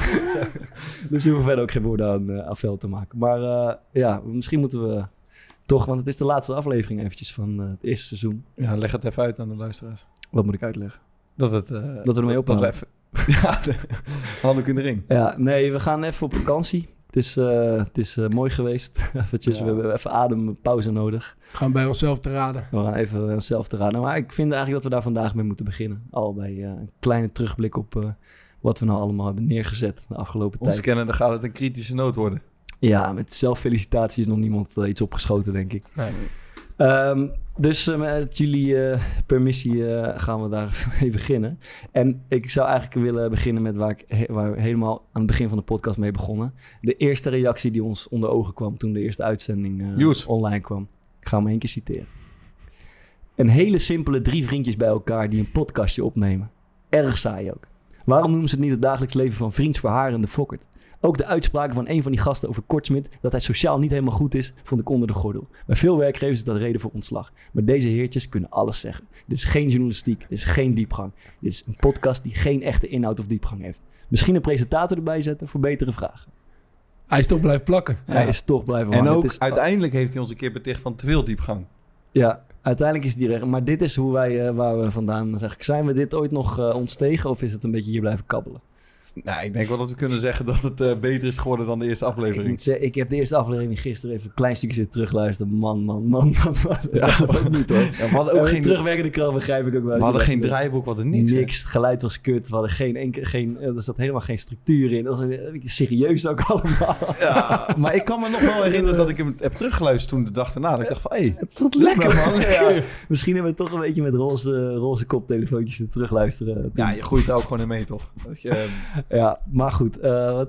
Dus we hoeven verder ook geen woorden aan afveld te maken. Maar misschien moeten we toch, want het is de laatste aflevering eventjes van het eerste seizoen.
Ja, leg het even uit aan de luisteraars.
Wat moet ik uitleggen?
Dat we
ermee ophouden.
Dat we even... handdoek in de ring.
Ja, nee, we gaan even op vakantie. Het is mooi geweest. Eventjes, we hebben even adempauze nodig.
We gaan bij onszelf te raden.
We gaan even onszelf te raden. Maar ik vind eigenlijk dat we daar vandaag mee moeten beginnen. Al bij een kleine terugblik op wat we nou allemaal hebben neergezet de afgelopen tijd.
Ons kennen, dan gaat het een kritische noot worden.
Ja, met zelffelicitatie is nog niemand iets opgeschoten, denk ik.
Nee.
Dus met jullie permissie gaan we daar mee beginnen. En ik zou eigenlijk willen beginnen met waar we helemaal aan het begin van de podcast mee begonnen. De eerste reactie die ons onder ogen kwam toen de eerste uitzending online kwam. Ik ga hem 1 keer citeren. Een hele simpele 3 vriendjes bij elkaar die een podcastje opnemen. Erg saai ook. Waarom noemen ze het niet het dagelijks leven van Vriends Verharende Fokkert? Ook de uitspraken van een van die gasten over Kortsmit... dat hij sociaal niet helemaal goed is, vond ik onder de gordel. Bij veel werkgevers is dat reden voor ontslag. Maar deze heertjes kunnen alles zeggen. Dit is geen journalistiek, dit is geen diepgang. Dit is een podcast die geen echte inhoud of diepgang heeft. Misschien een presentator erbij zetten voor betere vragen.
Hij is toch blijven plakken.
Ja. Hij is toch blijven
hangen. En ook uiteindelijk heeft hij ons een keer beticht van te veel diepgang.
Ja, uiteindelijk is die recht. Maar dit is hoe wij, waar we vandaan... Zijn we dit ooit nog ontstegen of is het een beetje hier blijven kabbelen?
Nou, ik denk wel dat we kunnen zeggen dat het beter is geworden dan de eerste aflevering.
Ik heb de eerste aflevering gisteren even een klein stukje zitten terugluisteren. Man. Dat was ook niet, hoor.
Ja, we hadden ook geen
terugwerkende kracht, begrijp ik ook wel.
We hadden geen draaiboek, we hadden niks.
Niks, het geluid was kut. We hadden er zat helemaal geen structuur in. Dat was een beetje serieus ook allemaal.
Ja, maar ik kan me nog wel herinneren dat ik hem heb teruggeluisterd toen de dag daarna. Dat ik dacht van, lekker man. Ja.
Misschien hebben we toch een beetje met roze koptelefoontjes te terugluisteren.
Ja, je groeit er ook gewoon in mee, toch? Dat je,
Ja, maar goed.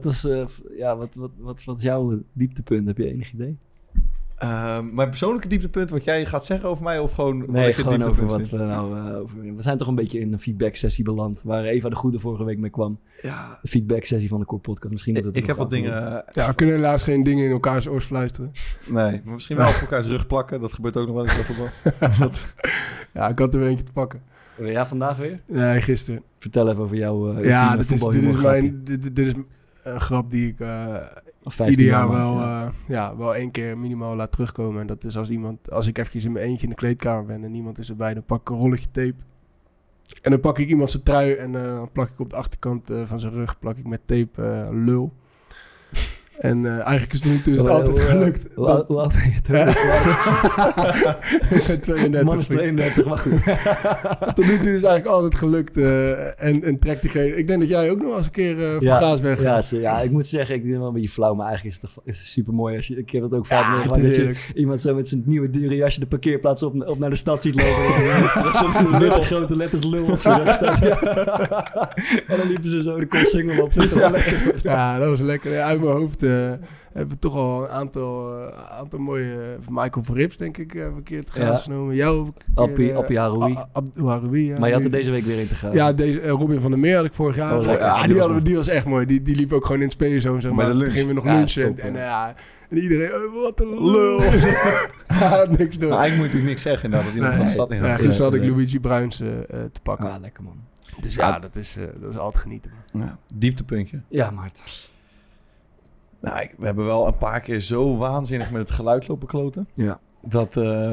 Wat is jouw dieptepunt? Heb je enig idee?
mijn persoonlijke dieptepunt, wat jij gaat zeggen over mij, of gewoon...
Nee, gewoon over wat we nou... we zijn toch een beetje in een feedback-sessie beland, waar Eva de Goede vorige week mee kwam.
Ja.
De feedback-sessie van de Core Podcast. Misschien dat
Ik heb wat dingen...
Ja, we kunnen helaas geen dingen in elkaars oors fluisteren.
Nee, maar misschien wel op elkaars rug plakken. Dat gebeurt ook nog wel eens bij voetbal.
Ja, ik had er weer eentje te pakken.
Ja, vandaag weer?
Nee, gisteren.
Vertel even over jouw
dit is een grap die ik ieder jaar wel 1 keer minimaal laat terugkomen. En dat is als ik eventjes in mijn eentje in de kleedkamer ben en niemand is erbij, dan pak ik een rolletje tape. En dan pak ik iemand zijn trui en dan plak ik op de achterkant van zijn rug plak ik met tape lul. En eigenlijk is het nu toe altijd gelukt.
Hoe oud ben je toen?
Ik ben 32.
Man is 32, maar goed.
Tot nu toe is het eigenlijk altijd gelukt. En trekt diegene... Ik denk dat jij ook nog eens een keer van gaas weg.
Ja, ik moet zeggen, ik ben wel een beetje flauw. Maar eigenlijk is het super mooi. Ik heb het ook vaak meegemaakt dat je iemand zo met zijn nieuwe dure jasje de parkeerplaats op naar de stad ziet lopen. Met witte grote letters lul op zijn rug staat. En dan liepen ze zo de single op.
Ja, dat was lekker. Ja, uit mijn hoofd hebben we toch al een aantal mooie... Michael Verrips, denk ik, verkeerd gaas genomen. Jou...
Appie Haroui.
Haroui, ja.
Maar je had er deze week weer in te gaan.
Ja, Robin van der Meer had ik vorig jaar. Die was echt mooi. Die liep ook gewoon in het speelzone. Zeg maar. Toen gingen we nog lunchen. En iedereen, wat een lul. Niks doen.
Maar eigenlijk moet je natuurlijk niks zeggen inderdaad, dat iemand van de stad in gaat.
Gisteren had ik Luigi Bruins te pakken.
Ah, lekker man.
Dus ja, dat is altijd genieten.
Ja, dieptepuntje.
Ja, Maarten.
Nou, we hebben wel een paar keer zo waanzinnig met het geluid lopen kloten.
Ja.
Dat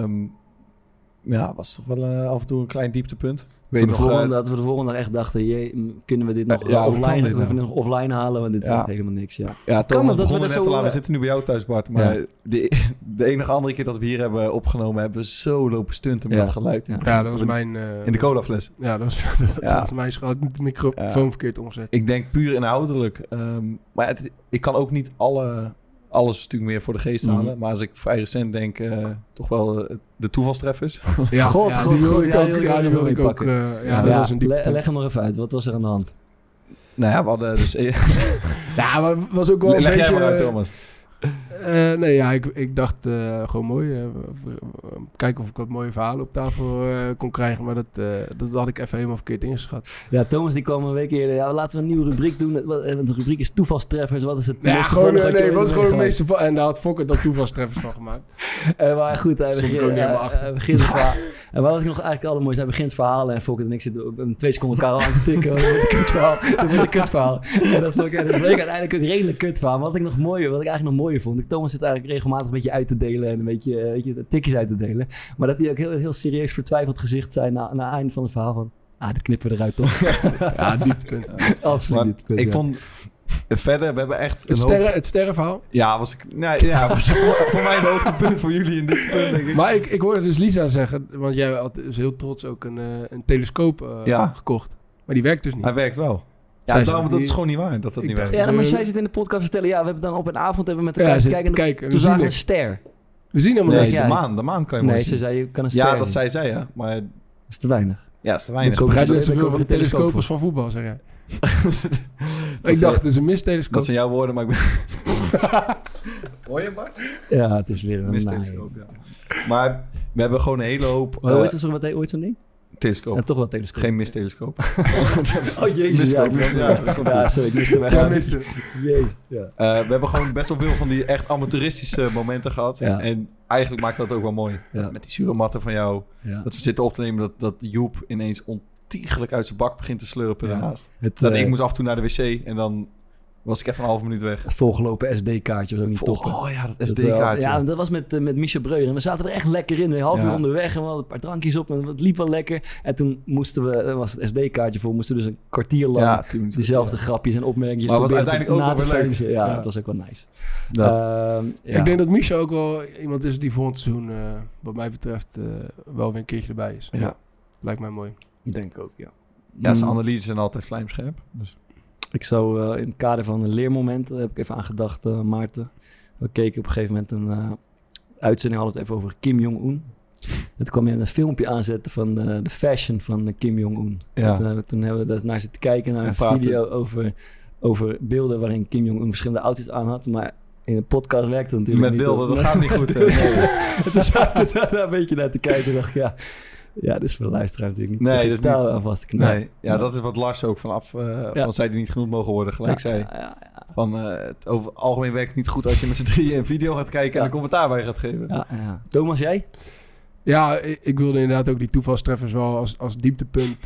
was toch wel af en toe een klein dieptepunt.
Dat we de volgende dag echt dachten, kunnen we dit nog offline halen? Want dit is helemaal niks.
Ja, Thomas begon net al aan. We zitten nu bij jou thuis, Bart. Maar de enige andere keer dat we hier hebben opgenomen, hebben we zo lopen stunten met het geluid.
Ja, dat was mijn...
in de colafles.
Ja, dat was mijn schuld. De microfoon verkeerd omgezet.
Ik denk puur inhoudelijk. Maar ik kan ook niet alles natuurlijk meer voor de geest halen. Maar als ik vrij recent denk, toch wel de toevalstreffers.
Ja, die wil ik ook. Dat was een
leg hem nog even uit. Wat was er aan de hand?
Nou ja, we hadden dus...
ja, maar het was ook wel een beetje...
Leg jij maar uit, Thomas.
Ik dacht gewoon mooi. Kijken of ik wat mooie verhalen op tafel kon krijgen. Maar dat had ik even helemaal verkeerd ingeschat.
Ja, Thomas die kwam een week eerder. Ja, laten we een nieuwe rubriek doen. De rubriek is toevalstreffers. Wat is het
meeste gewoon, wat is gewoon het meeste... En daar had Fokker dat toevalstreffers van gemaakt.
Maar goed, hij begint het verhaal. En wat ik nog eigenlijk allermooiste, hij begint verhalen en Fokker en ik zitten 2 seconden elkaar aan te tikken. Dat wordt een kutverhaal. En dat bleek uiteindelijk een redelijk kutverhaal. Maar wat ik eigenlijk nog mooier vond. Thomas zit eigenlijk regelmatig een beetje uit te delen en een beetje tikjes uit te delen. Maar dat hij ook heel serieus vertwijfeld gezicht zei na het einde van het verhaal van... dat knippen we eruit toch?
Ja, dieptepunt.
Absoluut dieptepunt.
Ik vond... Verder, we hebben echt...
Het sterrenverhaal?
Ja, was voor mij een hoogtepunt voor jullie in dit punt, denk ik.
Maar ik hoorde dus Lisa zeggen, want jij had dus heel trots ook een telescoop gekocht. Maar die werkt dus niet.
Hij werkt wel. Ja, dat is gewoon niet waar dat niet werkt.
Ja, maar zij zit in de podcast vertellen, we hebben dan op een avond met elkaar gekeken. Toen zagen we een ster.
We zien hem
niet. De maan kan je mooi zien.
Ze zei, je kan een ster.
Ja, dat zei zij, ja. Maar...
Dat is te weinig.
Ja, dat is te weinig.
Ik begrijp net zoveel van de telescopers van voetbal, zeg jij. Ik dacht, het is een mistelescoop.
Dat zijn jouw woorden, maar ik ben... Hoor je, Bart?
Ja, het is weer een
mistelescoop, ja. Maar we hebben gewoon een hele hoop...
Hoe is zo'n ding?
Telescoop.
Ja, toch wel telescoop.
Geen mistelescoop.
Oh jezus, ik miste ik miste weg.
Ja, miste.
Jezus, ja.
We hebben gewoon best wel veel van die echt amateuristische momenten gehad. Ja. En eigenlijk maakt dat ook wel mooi. Ja. Met die zure matten van jou. Ja. Dat we zitten op te nemen dat Joep ineens ontiegelijk uit zijn bak begint te slurpen daarnaast. Ik moest af en toe naar de wc en dan Was ik even een halve minuut weg.
Het volgelopen SD-kaartje was ook niet top.
Oh ja, dat SD-kaartje.
Ja, dat was met Michel Breuer. En we zaten er echt lekker in. Een half uur onderweg en we hadden een paar drankjes op. En het liep wel lekker. En toen was het SD-kaartje voor. Moesten dus een kwartier lang dezelfde grapjes en opmerkingen.
Maar was uiteindelijk ook wel leuk.
Ja, dat was ook wel nice.
Ik denk dat Michel ook wel iemand is die volgend seizoen, wat mij betreft, wel weer een keertje erbij is.
Ja.
Lijkt mij mooi.
Ik denk ook, ja.
Ja, zijn analyses zijn altijd vlijmscherp. Dus.
Ik zou in het kader van een leermoment, daar heb ik even aan gedacht, Maarten. We keken op een gegeven moment een uitzending, hadden het even over Kim Jong-un. Toen kwam je een filmpje aanzetten van de fashion van Kim Jong-un.
Ja.
Toen hebben we daar naar zitten kijken, naar een video over beelden waarin Kim Jong-un verschillende outfits aan had. Maar in een podcast werkt het natuurlijk
met
niet.
Met beelden, dat gaat niet goed.
Toen zaten we daar een beetje naar te kijken en dacht ik, ja, dit is voor de luisteraar natuurlijk niet.
Nee, dat is niet
aan vast te knallen.
Nee, ja, dat is wat Lars ook van zij die niet genoemd mogen worden gelijk zei. Van het over algemeen werkt niet goed als je met z'n drieën een video gaat kijken en een commentaar bij gaat geven.
Ja. Thomas, jij?
Ja, ik wilde inderdaad ook die toevalstreffers wel als dieptepunt,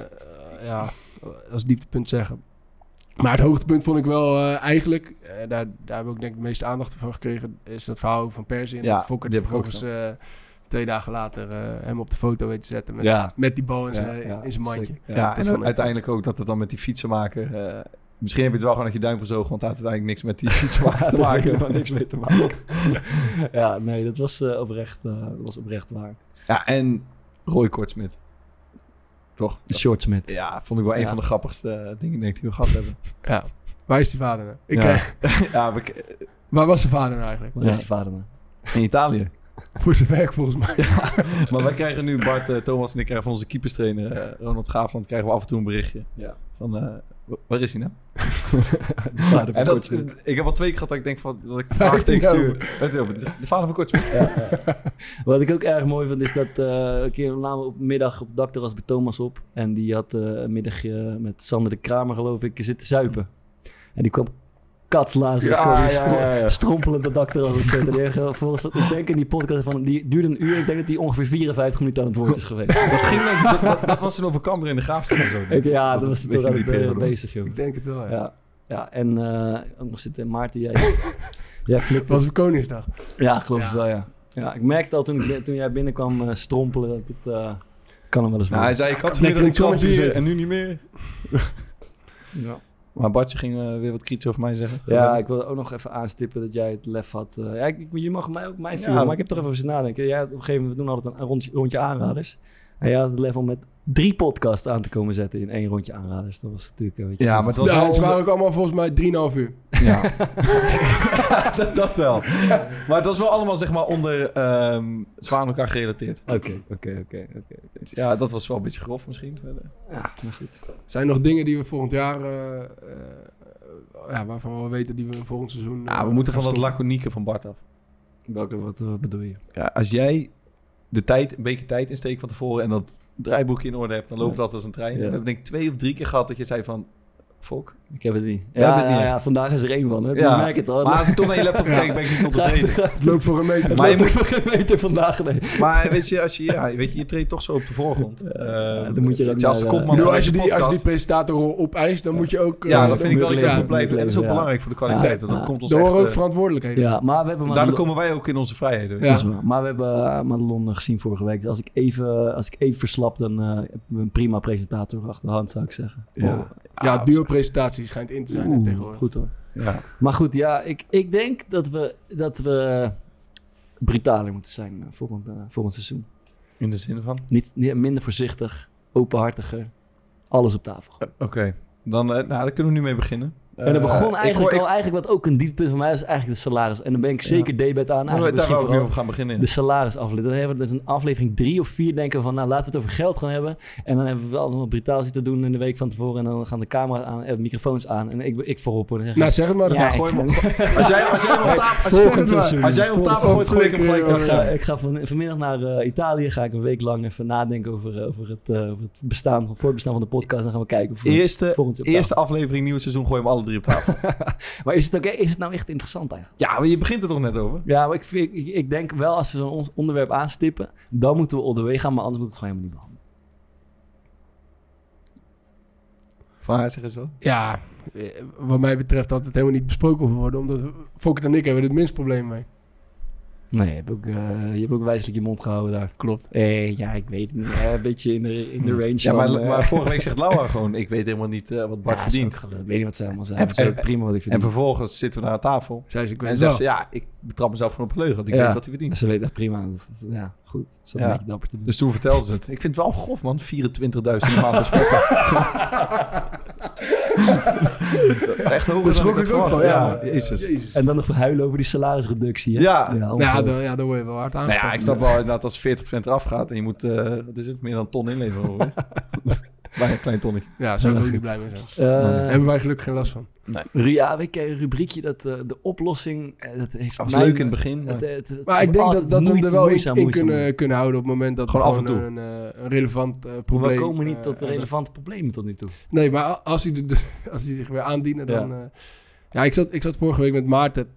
als dieptepunt zeggen. Maar het hoogtepunt vond ik wel eigenlijk, daar hebben we ook denk ik de meeste aandacht voor gekregen, is dat verhaal van Persie.
Ja,
Fokker
die heb ik ook
vervolgens 2 dagen later hem op de foto weet te zetten met die bal in zijn mandje.
Ja, en uiteindelijk ook dat het dan met die fietsenmaker... misschien heb je het wel gewoon uit je duim gezogen, want het had uiteindelijk niks met die fietsenmaker te maken.
Maar niks mee te maken. Ja, nee, dat was oprecht waar.
Ja, en Roy Kortsmit. Toch?
De Shortsmit.
Ja, vond ik wel een van de grappigste dingen die we gehad hebben.
Ja. Waar is die vader nou? Waar was zijn vader nou eigenlijk?
Waar is die vader nou?
In Italië.
Voor zijn werk volgens mij.
Ja, maar wij krijgen nu, Bart, Thomas en ik krijgen van onze keeperstrainer Ronald Gaafland, krijgen we af en toe een berichtje. Ja. Van, waar is hij nou? Ik heb al 2 keer gehad dat ik denk van, dat ik vraagteken stuur. De vader van Kortsmit.
Ja. Wat ik ook erg mooi vind is dat een keer namen op middag op het dakterras bij Thomas op. En die had een middagje met Sander de Kramer geloof ik zitten zuipen. En die kwam katslazen, strompelend de dakterras opzetten. Volgens dat ik denk in die podcast van, die duurde een uur. Ik denk dat die ongeveer 54 minuten aan het woord is geweest.
Dat was toen over Cambuur in de Graafstad en zo.
Ja, dat was toch aan het bezig, joh.
Ik denk het wel,
ja. En ook nog zitten Maarten, jij flipt.
Was op Koningsdag.
Ja, geloof het wel, ja. Ja, ik merkte al toen jij binnenkwam strompelen dat het kan hem wel eens worden.
Hij zei, ik had vanmiddag een Cambuur en nu niet meer.
Ja.
Maar Bartje ging weer wat kritisch over mij zeggen.
Ja, ik wil ook nog even aanstippen dat jij het lef had. Je mag mij ook mij vuren, maar ik heb toch even over zitten nadenken. Ja, op een gegeven moment, we doen altijd een rondje aanraders. En jij had het lef om met 3 podcasts aan te komen zetten in 1 rondje aanraders. Dat was natuurlijk een beetje...
Ja, maar het
waren ook allemaal volgens mij 3,5 uur.
Ja, dat wel. Maar het was wel allemaal zeg maar onder zwaar aan elkaar gerelateerd.
Oké.
Ja, dat was wel een beetje grof misschien.
Ja, maar goed.
Zijn er nog dingen die we volgend jaar... waarvan we weten die we volgend seizoen...
we moeten van dat laconieke van Bart af.
Wat bedoel je?
Ja, als jij een beetje tijd insteekt van tevoren en dat draaiboekje in orde hebt, dan loopt dat als een trein. Ja. We hebben denk ik 2 of 3 keer gehad dat je zei van... Fok.
Ik heb het niet. Ja, vandaag is er 1 van. Hè? Ja. Merk het al.
Maar als ik toch naar je laptop kijk, ben ik niet ontevreden.
Het loopt voor een meter.
Maar je moet voor een meter vandaag. Nee.
Maar weet je, je treedt toch zo op de voorgrond.
Dan moet je
als je die presentator opeist, dan moet je ook...
dat vind ik wel dat goed blijven. En dat is ook belangrijk voor de kwaliteit. Want dat komt ons
echt... Er horen ook verantwoordelijkheden.
Ja, maar we hebben
daardoor komen wij ook in onze vrijheden.
Ja. Maar we hebben Madelon gezien vorige week. Dus als ik even verslap, dan hebben we een prima presentator achter de hand, zou ik zeggen.
Ja, duo-presentatie schijnt in te zijn tegenwoordig.
Goed hoor. Ja. Maar goed, ik denk dat we brutaler moeten zijn volgend seizoen.
In de zin van?
Niet minder voorzichtig, openhartiger, alles op tafel.
Oké. Dan daar kunnen we nu mee beginnen.
En dat begon eigenlijk wat ook een dieptepunt van mij is eigenlijk de salaris. En dan ben ik zeker debet aan.
Daar wou ik nu over gaan beginnen.
De salarisaflevering. Dan hebben we dus een aflevering 3 of 4 denken van, nou laten we het over geld gaan hebben. En dan hebben we wel nog brutaal zitten doen in de week van tevoren. En dan gaan de camera's aan, de microfoons aan. En ik voorop.
Nou, zeg het maar.
Ja,
gooi hem
Als jij op tafel gooit, gooi ik hem gelijk.
Ik ga vanmiddag naar Italië. Ga ik een week lang even nadenken over het voortbestaan van de podcast. Dan gaan we kijken of
eerste aflevering, nieuw seizoen, gooi hem alle 3 op tafel.
Maar is het nou echt interessant eigenlijk?
Ja, maar je begint er toch net over?
Ja, maar ik denk wel als we zo'n onderwerp aanstippen, dan moeten we all the way gaan, maar anders moeten we het gewoon helemaal niet behandelen.
Maar zeg eens wat.
Ja, wat mij betreft had het helemaal niet besproken hoeven worden. Omdat Fokker en ik hebben er het minst probleem mee.
Nee, je hebt ook wijselijk je mond gehouden daar.
Klopt.
Ja, ik weet het niet. Een beetje in de range
Ja,
van...
maar vorige week zegt Laura gewoon... Ik weet helemaal niet wat Bart verdient.
Ik weet niet wat zij allemaal zijn. Dat is ook prima wat ik verdien.
En vervolgens zitten we daar aan tafel.
Zei ze, ik weet
En
het wel.
zegt ze, ik betrap mezelf gewoon op een leugen. Want ik weet wat hij verdient.
Ze weet dat prima. Ja, goed. Dat is een beetje dapper te doen.
Dus toen vertelde ze het. Ik vind het wel grof, man. 24.000 in de maand besprekken. Dat is echt hoger dan
schrok
ik had
ik ook
verwacht.
van, ja.
Jezus.
En dan nog huilen over die salarisreductie. Hè?
Ja.
Daar word je wel hard aan.
Nou ja, ik snap wel inderdaad als 40% eraf gaat en je moet, wat is het, meer dan een ton inleveren. Hoor. Bijna een klein tonnetje.
Ja, zou ik ook niet blij mee zijn. Hebben wij gelukkig geen last van.
Nee.
Ja, weet je, een rubriekje dat de oplossing... Dat heeft
was leuk in het begin.
Maar ik denk dat we er wel in kunnen houden op het moment dat
gewoon
we
af en toe
een relevant probleem...
Maar we komen niet tot relevante problemen tot nu toe.
Nee, maar als die zich weer aandienen, dan... Ik zat vorige week met Maarten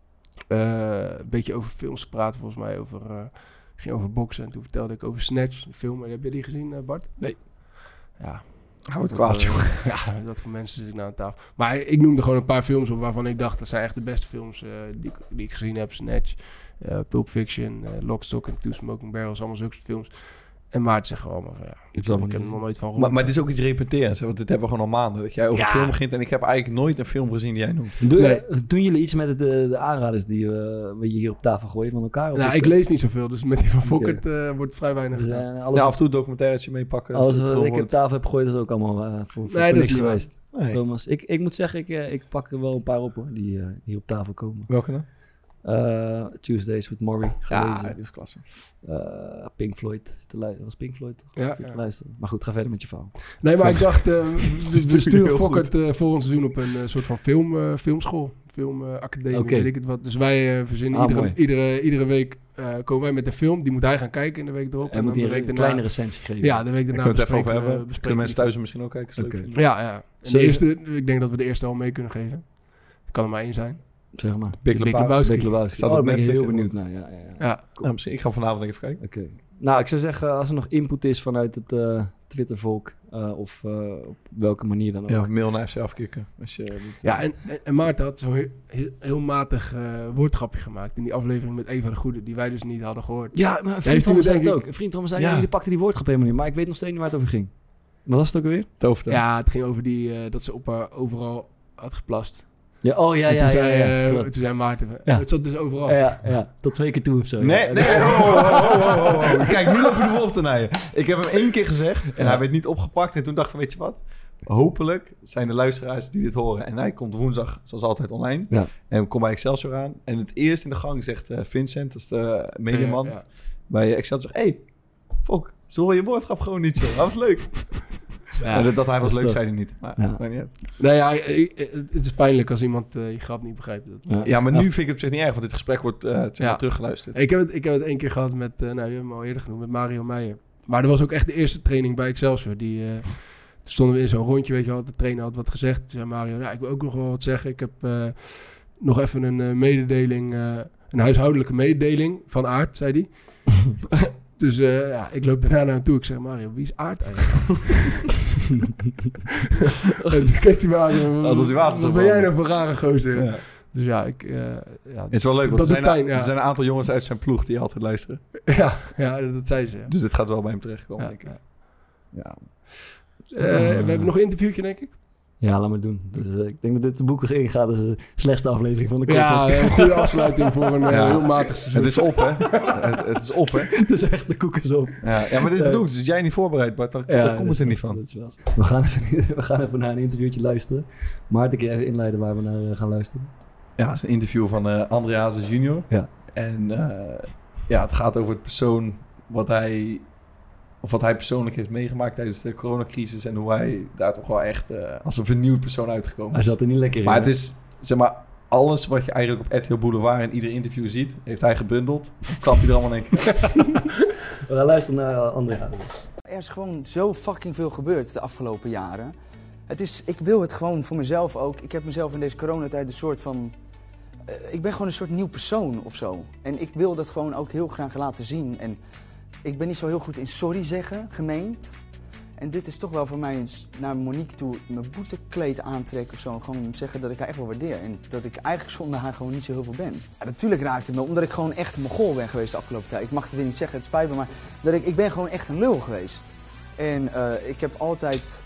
een beetje over films te praten, volgens mij. Ging over boksen en toen vertelde ik over Snatch, de film. Heb je die gezien, Bart?
Nee.
Ja.
Hou het kwaad, jongen.
Ja, dat voor mensen zit ik nou aan tafel. Maar ik noemde gewoon een paar films op waarvan ik dacht... dat zijn echt de beste films die ik gezien heb. Snatch, Pulp Fiction, Lock, Stock and Two Smoking Barrels. Allemaal zulke soort films. En Maarten zegt gewoon... ik heb er nog nooit van gehoord.
Maar het is ook iets repeterends. Want dit hebben we gewoon al maanden. Dat jij over een film begint. En ik heb eigenlijk nooit een film gezien die jij noemt.
Doen jullie iets met de aanraders die we hier op tafel gooien van elkaar?
Of ik lees niet zoveel. Dus met die van Fokkert wordt vrij weinig gedaan.
Af en toe documentaires meepakken.
Alles wat ik op tafel heb gegooid is ook allemaal voor niks geweest. Nee. Thomas, ik moet zeggen, ik pak er wel een paar op hoor. Die hier op tafel komen.
Welke dan?
Tuesdays with Morrie.
Ja, dat is klasse.
Pink Floyd. Was Pink Floyd toch?
Ja.
Maar goed, ga verder met je verhaal.
Nee, maar ik dacht, we sturen Fokkert volgend seizoen op een soort van filmschool. Filmacademie, weet ik het wat. Dus wij verzinnen iedere week komen wij met een film. Die moet hij gaan kijken in de week erop.
En moet hij een kleine recensie geven.
Ja, de week daarna
kunnen we het even over hebben. Kunnen mensen thuis misschien ook kijken?
Okay. Ja. En ik denk dat we de eerste al mee kunnen geven. Kan er maar één zijn.
Zeg maar.
Big Lebowski.
Daar ben ik heel benieuwd naar. Ja.
Nou, misschien, ik ga vanavond even kijken.
Oké. Nou, ik zou zeggen, als er nog input is vanuit het Twittervolk, of op welke manier dan ook.
Ja, mail naar FC Afkikken.
En Maarten had zo'n heel matig woordgrapje gemaakt in die aflevering met Eva de Goede, die wij dus niet hadden gehoord.
Ja, maar een vriend van me zei het ook. Een vriend van me zei, jullie pakten die woordgrap helemaal niet, maar ik weet nog steeds niet waar het over ging. Wat was het ook alweer?
Ja, het ging over dat ze op haar overal had geplast.
Ja,
toen zei Maarten, het zat dus overal.
Ja, tot 2 keer toe of zo.
Nee. Kijk, nu loop je de wolf te naaien. Ik heb hem 1 keer gezegd en hij werd niet opgepakt. En toen dacht ik, weet je wat? Hopelijk zijn de luisteraars die dit horen. En hij komt woensdag, zoals altijd, online. Ja. En komt bij Excelsior aan. En het eerst in de gang zegt Vincent, dat is de mediaman, bij Excelsior. Hey, Fok, ze horen je woordgrap gewoon niet zo. Dat was leuk. Ja, dat hij was leuk, zei hij niet. Maar
het is pijnlijk als iemand je grap niet begrijpt.
Maar nu vind ik het op zich niet erg, want dit gesprek wordt teruggeluisterd.
Ik heb het 1 keer gehad met, je hebt hem al eerder genoemd, met Mario Meijer. Maar dat was ook echt de eerste training bij Excelsior. Toen stonden we in zo'n rondje, weet je wel, de trainer had wat gezegd. Toen zei Mario, ik wil ook nog wel wat zeggen. Ik heb nog even een mededeling, een huishoudelijke mededeling van Aart, zei hij. Dus ik loop daarna naar hem toe. Ik zeg, Mario, wie is Aart eigenlijk? En toen keek hij me aan. Wat ben jij nou voor rare gozer? Ja. Dus
het is wel leuk, want er zijn een aantal jongens uit zijn ploeg die altijd luisteren.
Ja, dat zei ze. Ja.
Dus dit gaat wel bij hem terechtkomen, denk ik.
We hebben nog een interviewtje, denk ik.
Ja, laat maar doen. Dus, ik denk dat dit de boeken ingaat. Dat is de slechtste aflevering van de
podcast. Ja, een goede afsluiting voor een heel matig seizoen.
Het is op, hè? Het is op, hè?
Het is echt, de koek is op.
Ja, maar dit bedoel ik. Dus als jij niet voorbereid, Bart, dan komt het er niet van.
We gaan even naar een interviewtje luisteren. Maarten, kun je even inleiden waar we naar gaan luisteren?
Ja, het is een interview van André Hazes junior.
Ja.
En het gaat over het persoon wat hij persoonlijk heeft meegemaakt tijdens de coronacrisis en hoe hij daar toch wel echt als een vernieuwd persoon uitgekomen is.
Hij zat er niet lekker in.
Maar het is, zeg maar, alles wat je eigenlijk op RTL Boulevard in ieder interview ziet, heeft hij gebundeld. Klapt hij er allemaal in één keer.
We gaan luisteren naar André Hazes.
Er is gewoon zo fucking veel gebeurd de afgelopen jaren. Ik wil het gewoon voor mezelf ook. Ik heb mezelf in deze coronatijd een soort van... ik ben gewoon een soort nieuw persoon of zo. En ik wil dat gewoon ook heel graag laten zien. En ik ben niet zo heel goed in sorry zeggen, gemeend. En dit is toch wel voor mij naar Monique toe mijn boetekleed aantrekken of zo. Gewoon zeggen dat ik haar echt wel waardeer. En dat ik eigenlijk zonder haar gewoon niet zo heel veel ben. Ja, natuurlijk raakt het me, omdat ik gewoon echt een Mongool ben geweest de afgelopen tijd. Ik mag het weer niet zeggen, het spijt me, maar dat ik ben gewoon echt een lul geweest. En ik heb altijd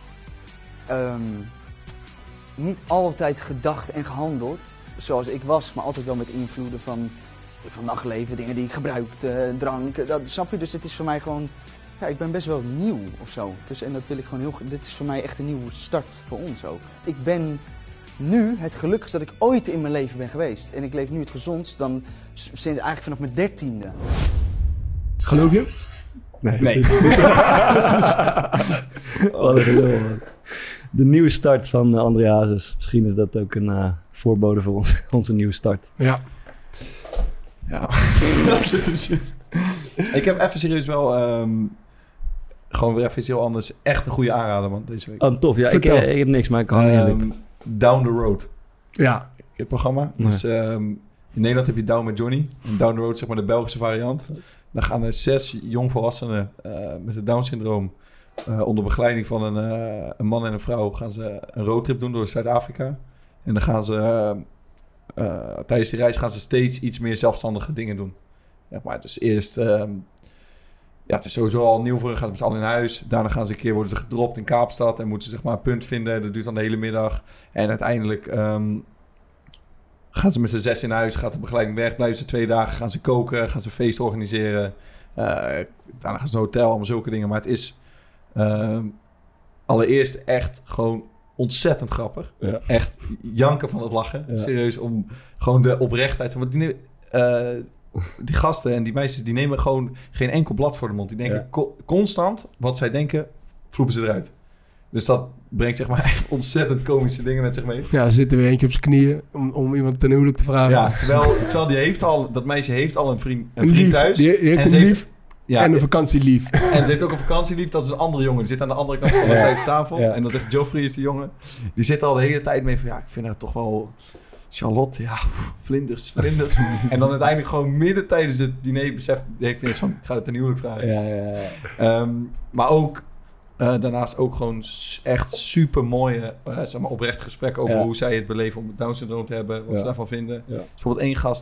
niet altijd gedacht en gehandeld zoals ik was, maar altijd wel met invloeden van nachtleven, dingen die ik gebruikte, drank. Snap je? Dus het is voor mij gewoon, ja, ik ben best wel nieuw of zo. Dus, en dat wil ik gewoon dit is voor mij echt een nieuwe start voor ons ook. Ik ben nu het gelukkigste dat ik ooit in mijn leven ben geweest. En ik leef nu het gezondst dan sinds eigenlijk vanaf mijn 13e.
Geloof je?
Nee. Wat een gelul, man. De nieuwe start van André Hazes. Misschien is dat ook een voorbode voor onze nieuwe start.
Ja.
Ik heb even serieus wel gewoon weer even iets heel anders. Echt een goede aanrader, man, deze week.
Oh, tof. Ja, ik heb niks, maar ik kan eerlijk.
Down the Road.
Ja.
Het programma. Nee. Dus in Nederland heb je Down met Johnny. En Down the Road, zeg maar de Belgische variant. Dan gaan er 6 jongvolwassenen met het Down-syndroom onder begeleiding van een man en een vrouw gaan ze een roadtrip doen door Zuid-Afrika. En dan gaan ze tijdens die reis gaan ze steeds iets meer zelfstandige dingen doen. Ja, maar dus eerst, het is sowieso al nieuw voor hen, gaan ze met z'n allen in huis. Daarna gaan ze een keer, worden ze gedropt in Kaapstad en moeten ze zeg maar een punt vinden. Dat duurt dan de hele middag. En uiteindelijk gaan ze met z'n 6 in huis, gaat de begeleiding weg, blijven ze 2 dagen, gaan ze koken, gaan ze feesten organiseren. Daarna gaan ze naar een hotel, allemaal zulke dingen. Maar het is allereerst echt gewoon ontzettend grappig. Ja. Echt janken van het lachen. Ja. Serieus, om gewoon de oprechtheid. Want die gasten en die meisjes, die nemen gewoon geen enkel blad voor de mond. Die denken constant wat zij denken, vloepen ze eruit. Dus dat brengt zeg maar echt ontzettend komische dingen met zich mee.
Ja, zit er weer eentje op zijn knieën om iemand ten huwelijk te vragen.
Ja, terwijl die heeft al, dat meisje heeft al een vriend thuis.
Die heeft een lief. Ja, en een vakantielief.
En ze heeft ook een vakantielief. Dat is een andere jongen. Die zit aan de andere kant van de tafel. Ja. En dan zegt Geoffrey is die jongen. Die zit al de hele tijd mee van... Ja, ik vind haar toch wel... Charlotte, ja, vlinders. En dan uiteindelijk gewoon midden tijdens het diner beseft... Heeft hij van, ik ga het ten huwelijk vragen. Ja. Maar ook... daarnaast ook gewoon echt super mooie... zeg maar oprecht gesprek over hoe zij het beleven... om het Down-syndroom te hebben. Wat ze daarvan vinden. Ja. Bijvoorbeeld één gast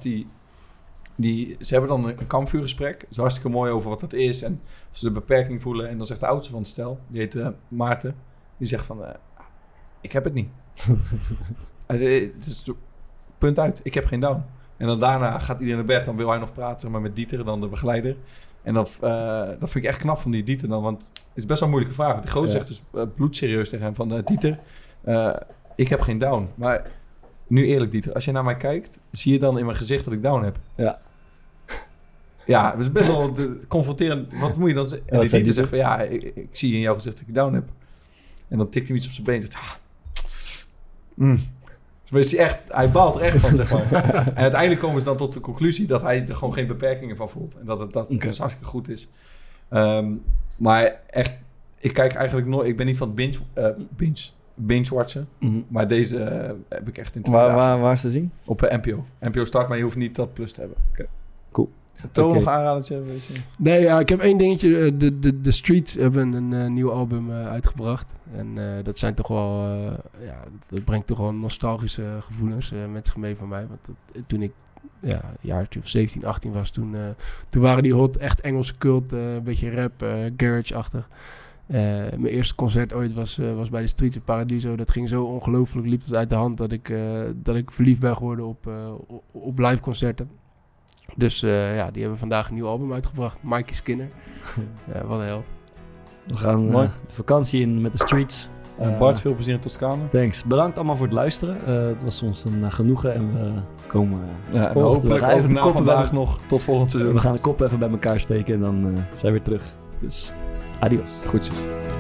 ze hebben dan een kampvuurgesprek. Dat is hartstikke mooi over wat dat is. En of ze de beperking voelen. En dan zegt de oudste van het stel, die heet Maarten. Die zegt van, ik heb het niet. Het is punt uit. Ik heb geen Down. En dan daarna gaat iedereen naar bed. Dan wil hij nog praten maar met Dieter, dan de begeleider. En dat vind ik echt knap van die Dieter dan. Want het is best wel een moeilijke vraag. Die gozer zegt dus bloedserieus tegen hem van... Dieter, ik heb geen Down. Maar nu eerlijk Dieter, als je naar mij kijkt... zie je dan in mijn gezicht dat ik Down heb? Ja. Ja, het is best wel confronterend. Wat moet je dan zeggen? En die Dieter zegt van... Ja, ik zie in jouw gezicht dat ik Down heb. En dan tikt hij iets op zijn been en zegt... Dus hij baalt er echt van, zeg maar. En uiteindelijk komen ze dan tot de conclusie... dat hij er gewoon geen beperkingen van voelt. En dat dus hartstikke goed is. Maar echt... Ik kijk eigenlijk nooit... Ik ben niet van het binge-watchen. Mm-hmm. Maar deze heb ik echt in 2 dagen.
Waar is te zien?
Op NPO. NPO Start, maar je hoeft niet dat plus te hebben.
Okay. Cool.
Toon nog aanraden?
Nee, ja, ik heb 1 dingetje. De Streets hebben een nieuw album uitgebracht. En dat zijn toch wel... dat brengt toch wel nostalgische gevoelens met zich mee van mij. Want toen ik een jaartje of 17, 18 was... Toen waren die hot, echt Engelse cult. Een beetje rap, garage-achtig. Mijn eerste concert ooit was bij de Streets in Paradiso. Dat ging zo ongelooflijk, liep het uit de hand... dat ik verliefd ben geworden op live concerten. Dus die hebben vandaag een nieuw album uitgebracht. Mikey Skinner. Wat een held.
We gaan de vakantie in met de Streets.
Bart, veel plezier in Toscane.
Thanks. Bedankt allemaal voor het luisteren. Het was ons een genoegen en we komen...
en hopelijk over na vandaag nog tot volgend seizoen.
We gaan de kop even bij elkaar steken en dan zijn we weer terug. Dus adios.
Groetjes.